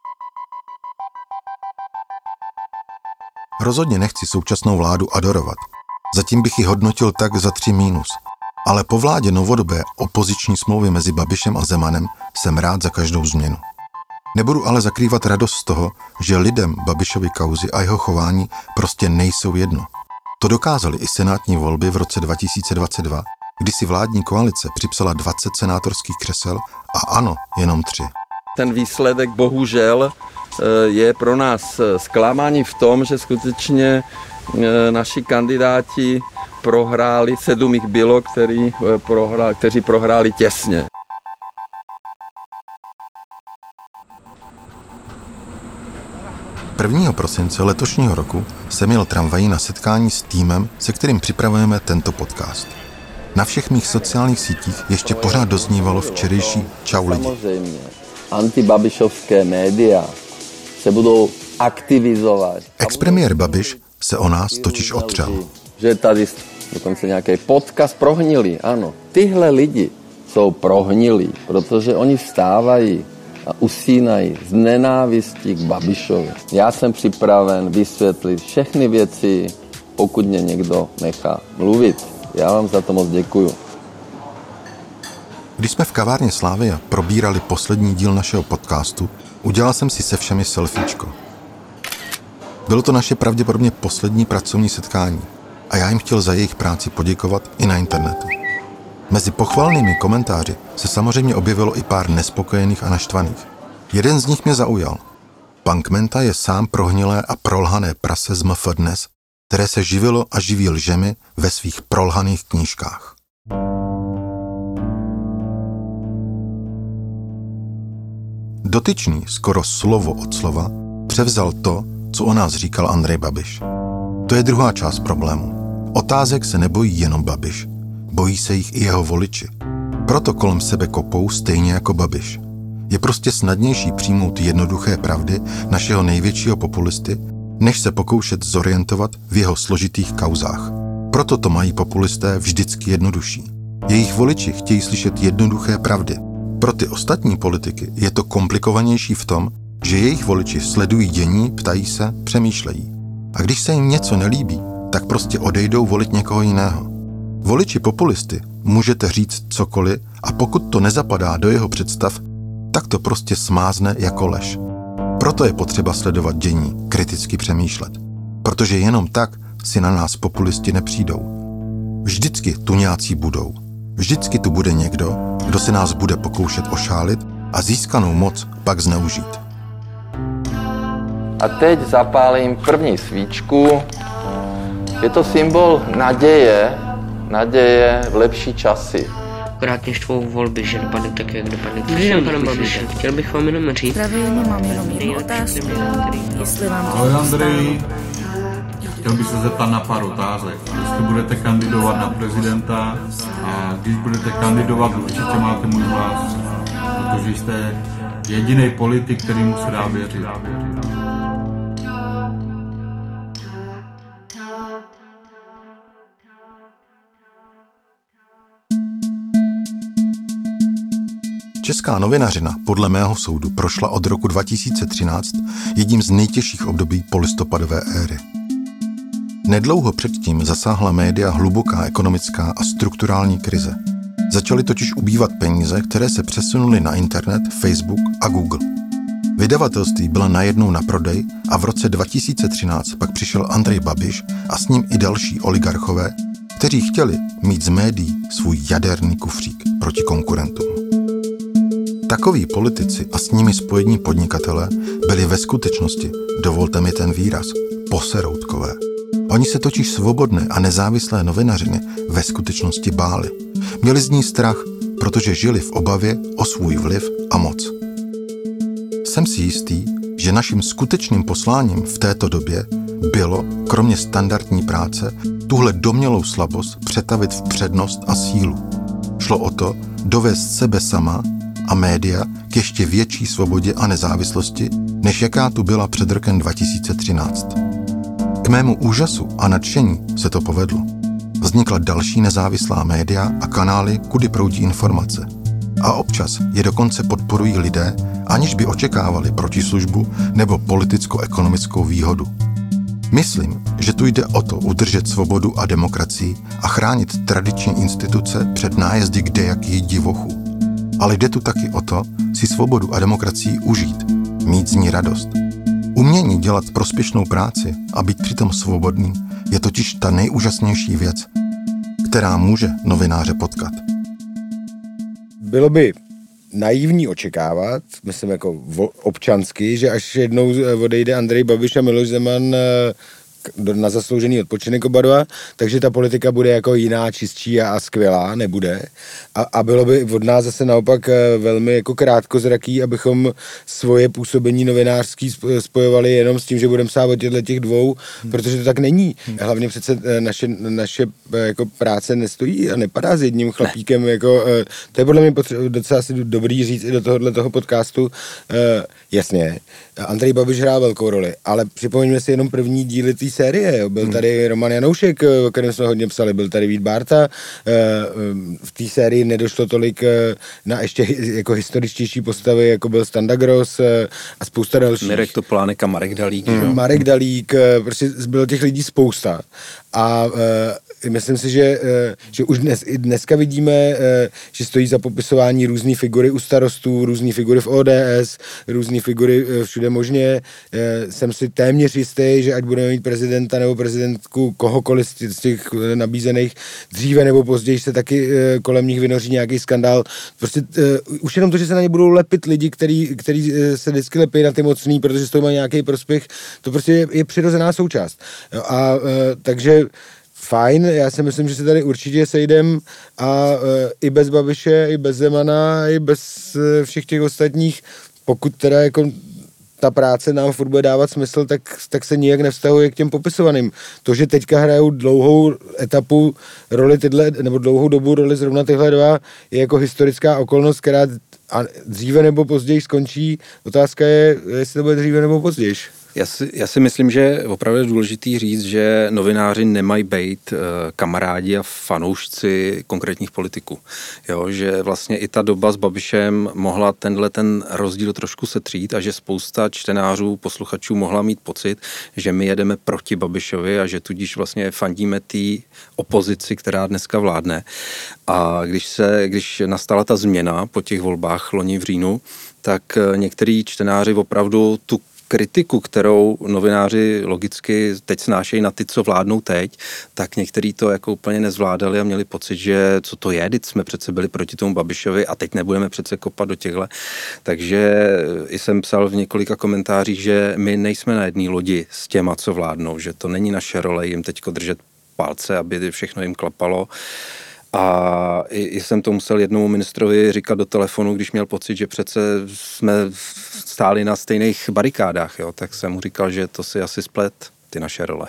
Rozhodně nechci současnou vládu adorovat. Zatím bych ji hodnotil tak za 3-. Ale po vládě novodobé opoziční smlouvy mezi Babišem a Zemanem jsem rád za každou změnu. Nebudu ale zakrývat radost z toho, že lidem Babišovy kauzy a jeho chování prostě nejsou jedno. To dokázaly i senátní volby v roce 2022, kdy si vládní koalice připsala 20 senátorských křesel a ANO jenom 3. Ten výsledek bohužel je pro nás zklamání v tom, že skutečně naši kandidáti prohráli, 7 jich bylo, kteří prohráli těsně. Prvního prosince letošního roku jsem jel tramvají na setkání s týmem, se kterým připravujeme tento podcast. Na všech mých sociálních sítích ještě pořád doznívalo včerejší čau lidi. Samozřejmě, antibabišovské média se budou aktivizovat. Expremiér Babiš se o nás totiž otřel. Že tady dokonce nějaký podcast prohnilý, ano. Tyhle lidi jsou prohnilí, protože oni vstávají a usínají z nenávistí k Babišovi. Já jsem připraven vysvětlit všechny věci, pokud mě někdo nechá mluvit. Já vám za to moc děkuju. Když jsme v kavárně Slavia probírali poslední díl našeho podcastu, udělal jsem si se všemi selfiečko. Bylo to naše pravděpodobně poslední pracovní setkání a já jim chtěl za jejich práci poděkovat i na internetu. Mezi pochvalnými komentáři se samozřejmě objevilo i pár nespokojených a naštvaných. Jeden z nich mě zaujal. Pan Kmenta je sám prohnilé a prolhané prase z MF Dnes, které se živilo a živí lžemi ve svých prolhaných knížkách. Dotyčný skoro slovo od slova převzal to, co o nás říkal Andrej Babiš. To je druhá část problému. Otázek se nebojí jenom Babiš. Bojí se jich i jeho voliči. Proto kolem sebe kopou stejně jako Babiš. Je prostě snadnější přijmout jednoduché pravdy našeho největšího populisty, než se pokoušet zorientovat v jeho složitých kauzách. Proto to mají populisté vždycky jednodušší. Jejich voliči chtějí slyšet jednoduché pravdy. Pro ty ostatní politiky je to komplikovanější v tom, že jejich voliči sledují dění, ptají se, přemýšlejí. A když se jim něco nelíbí, tak prostě odejdou volit někoho jiného. Voliči populisty můžete říct cokoliv a pokud to nezapadá do jeho představ, tak to prostě smázne jako lež. Proto je potřeba sledovat dění, kriticky přemýšlet. Protože jenom tak si na nás populisti nepřijdou. Vždycky tu nějací budou. Vždycky tu bude někdo, kdo se nás bude pokoušet ošálit a získanou moc pak zneužít. A teď zapálím první svíčku. Je to symbol naděje v lepší časy. Akorát mě štvou volby, že dopadne tak, jak dopadne. Dobrý den, pane Babiši, chtěl bych vám jenom říct. Pravidelně mám jenom jednu otázku, jestli vám to... Ahoj Andrej, chtěl bych se zeptat na pár otázek. Jestli budete kandidovat na prezidenta a když budete kandidovat, určitě máte můj hlas, protože jste jediný politik, kterýmu se dá věřit. Česká novinařina podle mého soudu prošla od roku 2013 jedním z nejtěžších období polistopadové éry. Nedlouho předtím zasáhla média hluboká ekonomická a strukturální krize. Začaly totiž ubývat peníze, které se přesunuly na internet, Facebook a Google. Vydavatelství byla najednou na prodej a v roce 2013 pak přišel Andrej Babiš a s ním i další oligarchové, kteří chtěli mít z médií svůj jaderný kufřík proti konkurentům. Takoví politici a s nimi spojení podnikatelé byli ve skutečnosti, dovolte mi ten výraz, poseroutkové. Oni se totiž svobodné a nezávislé novinařiny ve skutečnosti báli. Měli z ní strach, protože žili v obavě o svůj vliv a moc. Jsem si jistý, že naším skutečným posláním v této době bylo, kromě standardní práce, tuhle domnělou slabost přetavit v přednost a sílu. Šlo o to dovést sebe sama a média k ještě větší svobodě a nezávislosti, než jaká tu byla před rokem 2013. K mému úžasu a nadšení se to povedlo. Vznikla další nezávislá média a kanály, kudy proudí informace. A občas je dokonce podporují lidé, aniž by očekávali protislužbu nebo politicko-ekonomickou výhodu. Myslím, že tu jde o to udržet svobodu a demokracii a chránit tradiční instituce před nájezdy kdejakých divochů. Ale jde tu taky o to si svobodu a demokracii užít, mít z ní radost. Umění dělat prospěšnou práci a být přitom svobodný je totiž ta nejúžasnější věc, která může novináře potkat. Bylo by naivní očekávat, myslím jako občansky, že až jednou odejde Andrej Babiš a Miloš Zeman na zasloužený odpočinek oba dva, takže ta politika bude jako jiná, čistší a skvělá, nebude. A bylo by od nás zase naopak velmi jako krátkozraký, abychom svoje působení novinářský spojovali jenom s tím, že budeme psát o těch dvou, protože to tak není. Hlavně přece naše jako práce nestojí a nepadá s jedním chlapíkem. Jako, to je podle mě docela asi dobrý říct i do tohoto podcastu. Jasně, Andrej Babiš hrál velkou roli, ale připomeňme si jenom první díly té série. Jo. Byl tady Roman Janoušek, o kterém jsme hodně psali, byl tady Vít Bárta. V té sérii nedošlo tolik na ještě jako historičtější postavy, jako byl Standa Gross a spousta dalších. Mirek Topolánek a Marek Dalík. Marek Dalík, prostě bylo těch lidí spousta. A myslím si, že už dneska vidíme, že stojí za popisování různý figury u starostů, různý figury v ODS, různý figury všude možně. Jsem si téměř jistý, že ať budeme mít prezidenta nebo prezidentku kohokoliv z těch nabízených, dříve nebo později se taky kolem nich vynoří nějaký skandál. Prostě už jenom to, že se na ně budou lepit lidi, který se vždycky lepí na ty mocný, protože z toho mají nějaký prospěch, to prostě je přirozená součást. A takže fajn, já si myslím, že se tady určitě sejdem a i bez Babiše, i bez Zemana, i bez všech těch ostatních pokud teda jako ta práce nám furt bude dávat smysl, tak se nijak nevztahuje k těm popisovaným. To, že teďka hrajou dlouhou etapu roli tyhle, nebo dlouhou dobu roli zrovna tyhle dva, je jako historická okolnost, která dříve nebo později skončí. Otázka je, jestli to bude dříve nebo později. Já si myslím, že je opravdu důležitý říct, že novináři nemají být kamarádi a fanoušci konkrétních politiků. Jo, že vlastně i ta doba s Babišem mohla ten rozdíl trošku setřít a že spousta čtenářů, posluchačů mohla mít pocit, že my jedeme proti Babišovi a že tudíž vlastně fandíme té opozici, která dneska vládne. A když nastala ta změna po těch volbách loni v říjnu, tak některý čtenáři opravdu tu kritiku, kterou novináři logicky teď snášejí na ty, co vládnou teď, tak někteří to jako úplně nezvládali a měli pocit, že co to je, teď jsme přece byli proti tomu Babišovi a teď nebudeme přece kopat do těchhle. Takže i jsem psal v několika komentářích, že my nejsme na jedné lodi s těma, co vládnou, že to není naše role jim teďko držet palce, aby všechno jim klapalo. A i jsem to musel jednomu ministrovi říkat do telefonu, když měl pocit, že přece jsme stáli na stejných barikádách, jo, tak jsem mu říkal, že to si asi splet ty naše role.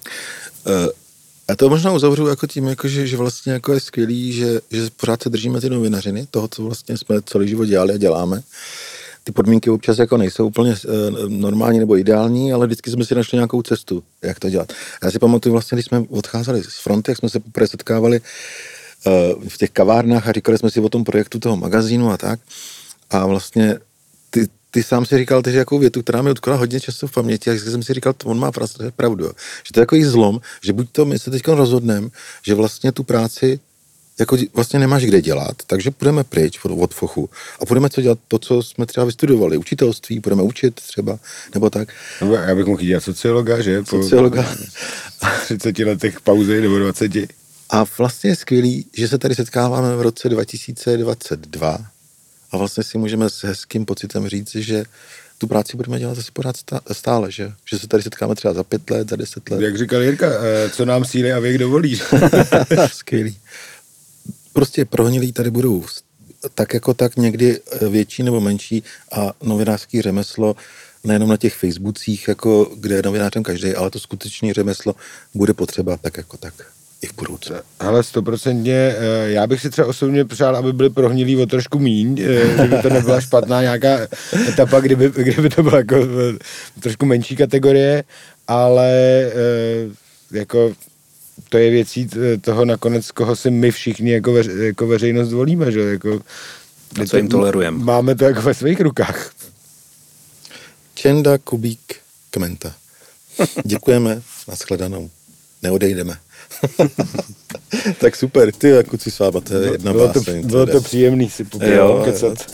Já to možná uzavřu jako tím, jako že vlastně jako je skvělý, že pořád se držíme ty novinařiny, toho, co vlastně jsme celý život dělali a děláme. Ty podmínky občas jako nejsou úplně normální nebo ideální, ale vždycky jsme si našli nějakou cestu, jak to dělat. Já si pamatuju vlastně, když jsme odcházeli z fronty, jak jsme se poprvé setkávali v těch kavárnách a říkali jsme si o tom projektu toho magazínu a tak. A vlastně ty sám si říkal teď jakou větu, která mi utkala hodně často v paměti, a jsem si říkal, on má pravdu. Že to je takový zlom, že buď to my se teď rozhodneme, že vlastně tu práci jako vlastně nemáš kde dělat, takže půjdeme pryč od fochu a budeme co dělat to, co jsme třeba vystudovali, učitelství, budeme učit třeba, nebo tak. Nebo já bych mohl dělat sociologa, že? Sociologa. Po 30 letech pauzy nebo 20. A vlastně je skvělý, že se tady setkáváme v roce 2022 a vlastně si můžeme s hezkým pocitem říct, že tu práci budeme dělat asi pořád stále, že se tady setkáme třeba za 5 let, za 10 let. Jak říkal Jirka, co nám síly a věk dovolí. Skvělý. Prostě prohnilí tady budou tak jako tak někdy větší nebo menší a novinářský řemeslo nejenom na těch Facebookcích, jako kde je novinářem každý, ale to skutečné řemeslo bude potřeba tak jako tak i v budoucnu. Ale 100%, já bych si třeba osobně přál, aby byli prohnilí o trošku míň, že by to nebyla špatná nějaká etapa, kdyby to byla jako trošku menší kategorie, ale jako to je věcí toho nakonec, koho si my všichni jako veřejnost volíme, že jako a co jim tolerujeme. Máme to jako ve svých rukách. Čenda, Kubík, Kmenta. Děkujeme, nashledanou. Neodejdeme. Tak super, ty jako si s váma, to je jedna báseň. Bylo to příjemný si kecat.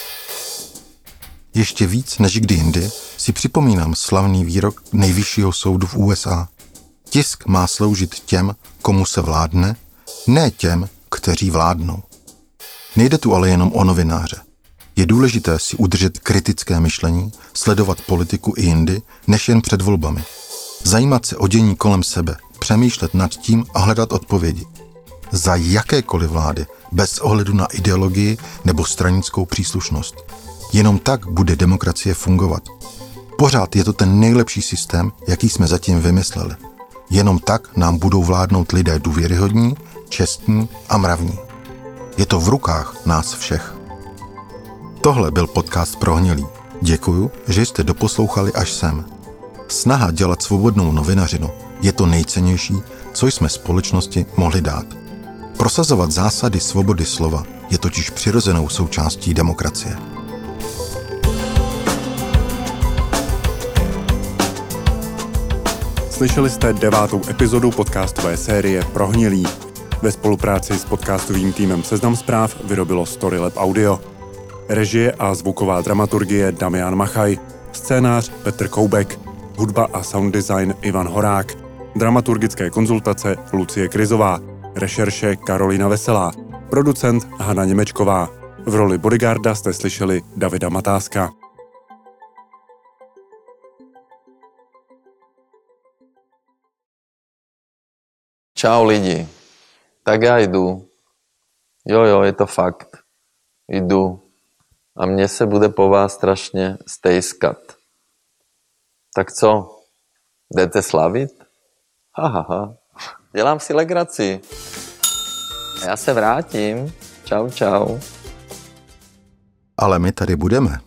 Ještě víc než kdy jindy si připomínám slavný výrok Nejvyššího soudu v USA. Tisk má sloužit těm, komu se vládne, ne těm, kteří vládnou. Nejde tu ale jenom o novináře. Je důležité si udržet kritické myšlení, sledovat politiku i jindy, než jen před volbami. Zajímat se o dění kolem sebe, přemýšlet nad tím a hledat odpovědi. Za jakékoliv vlády, bez ohledu na ideologii nebo stranickou příslušnost. Jenom tak bude demokracie fungovat. Pořád je to ten nejlepší systém, jaký jsme zatím vymysleli. Jenom tak nám budou vládnout lidé důvěryhodní, čestní a mravní. Je to v rukách nás všech. Tohle byl podcast Prohnilí. Děkuju, že jste doposlouchali až sem. Snaha dělat svobodnou novinařinu je to nejcennější, co jsme společnosti mohli dát. Prosazovat zásady svobody slova je totiž přirozenou součástí demokracie. Slyšeli jste 9. epizodu podcastové série Prohnilí. Ve spolupráci s podcastovým týmem Seznam Zpráv vyrobilo Storylab Audio. Režie a zvuková dramaturgie Damian Machaj, scénář Petr Koubek, hudba a sound design Ivan Horák, dramaturgické konzultace Lucie Kryzová, rešerše Karolina Veselá, producent Hana Němečková. V roli bodyguarda jste slyšeli Davida Matáska. Čau lidi. Tak já jdu. Jo, je to fakt. Jdu. A mně se bude po vás strašně stejskat. Tak co? Jdete slavit? Ha. Dělám si legraci. Já se vrátím. Čau. Ale my tady budeme.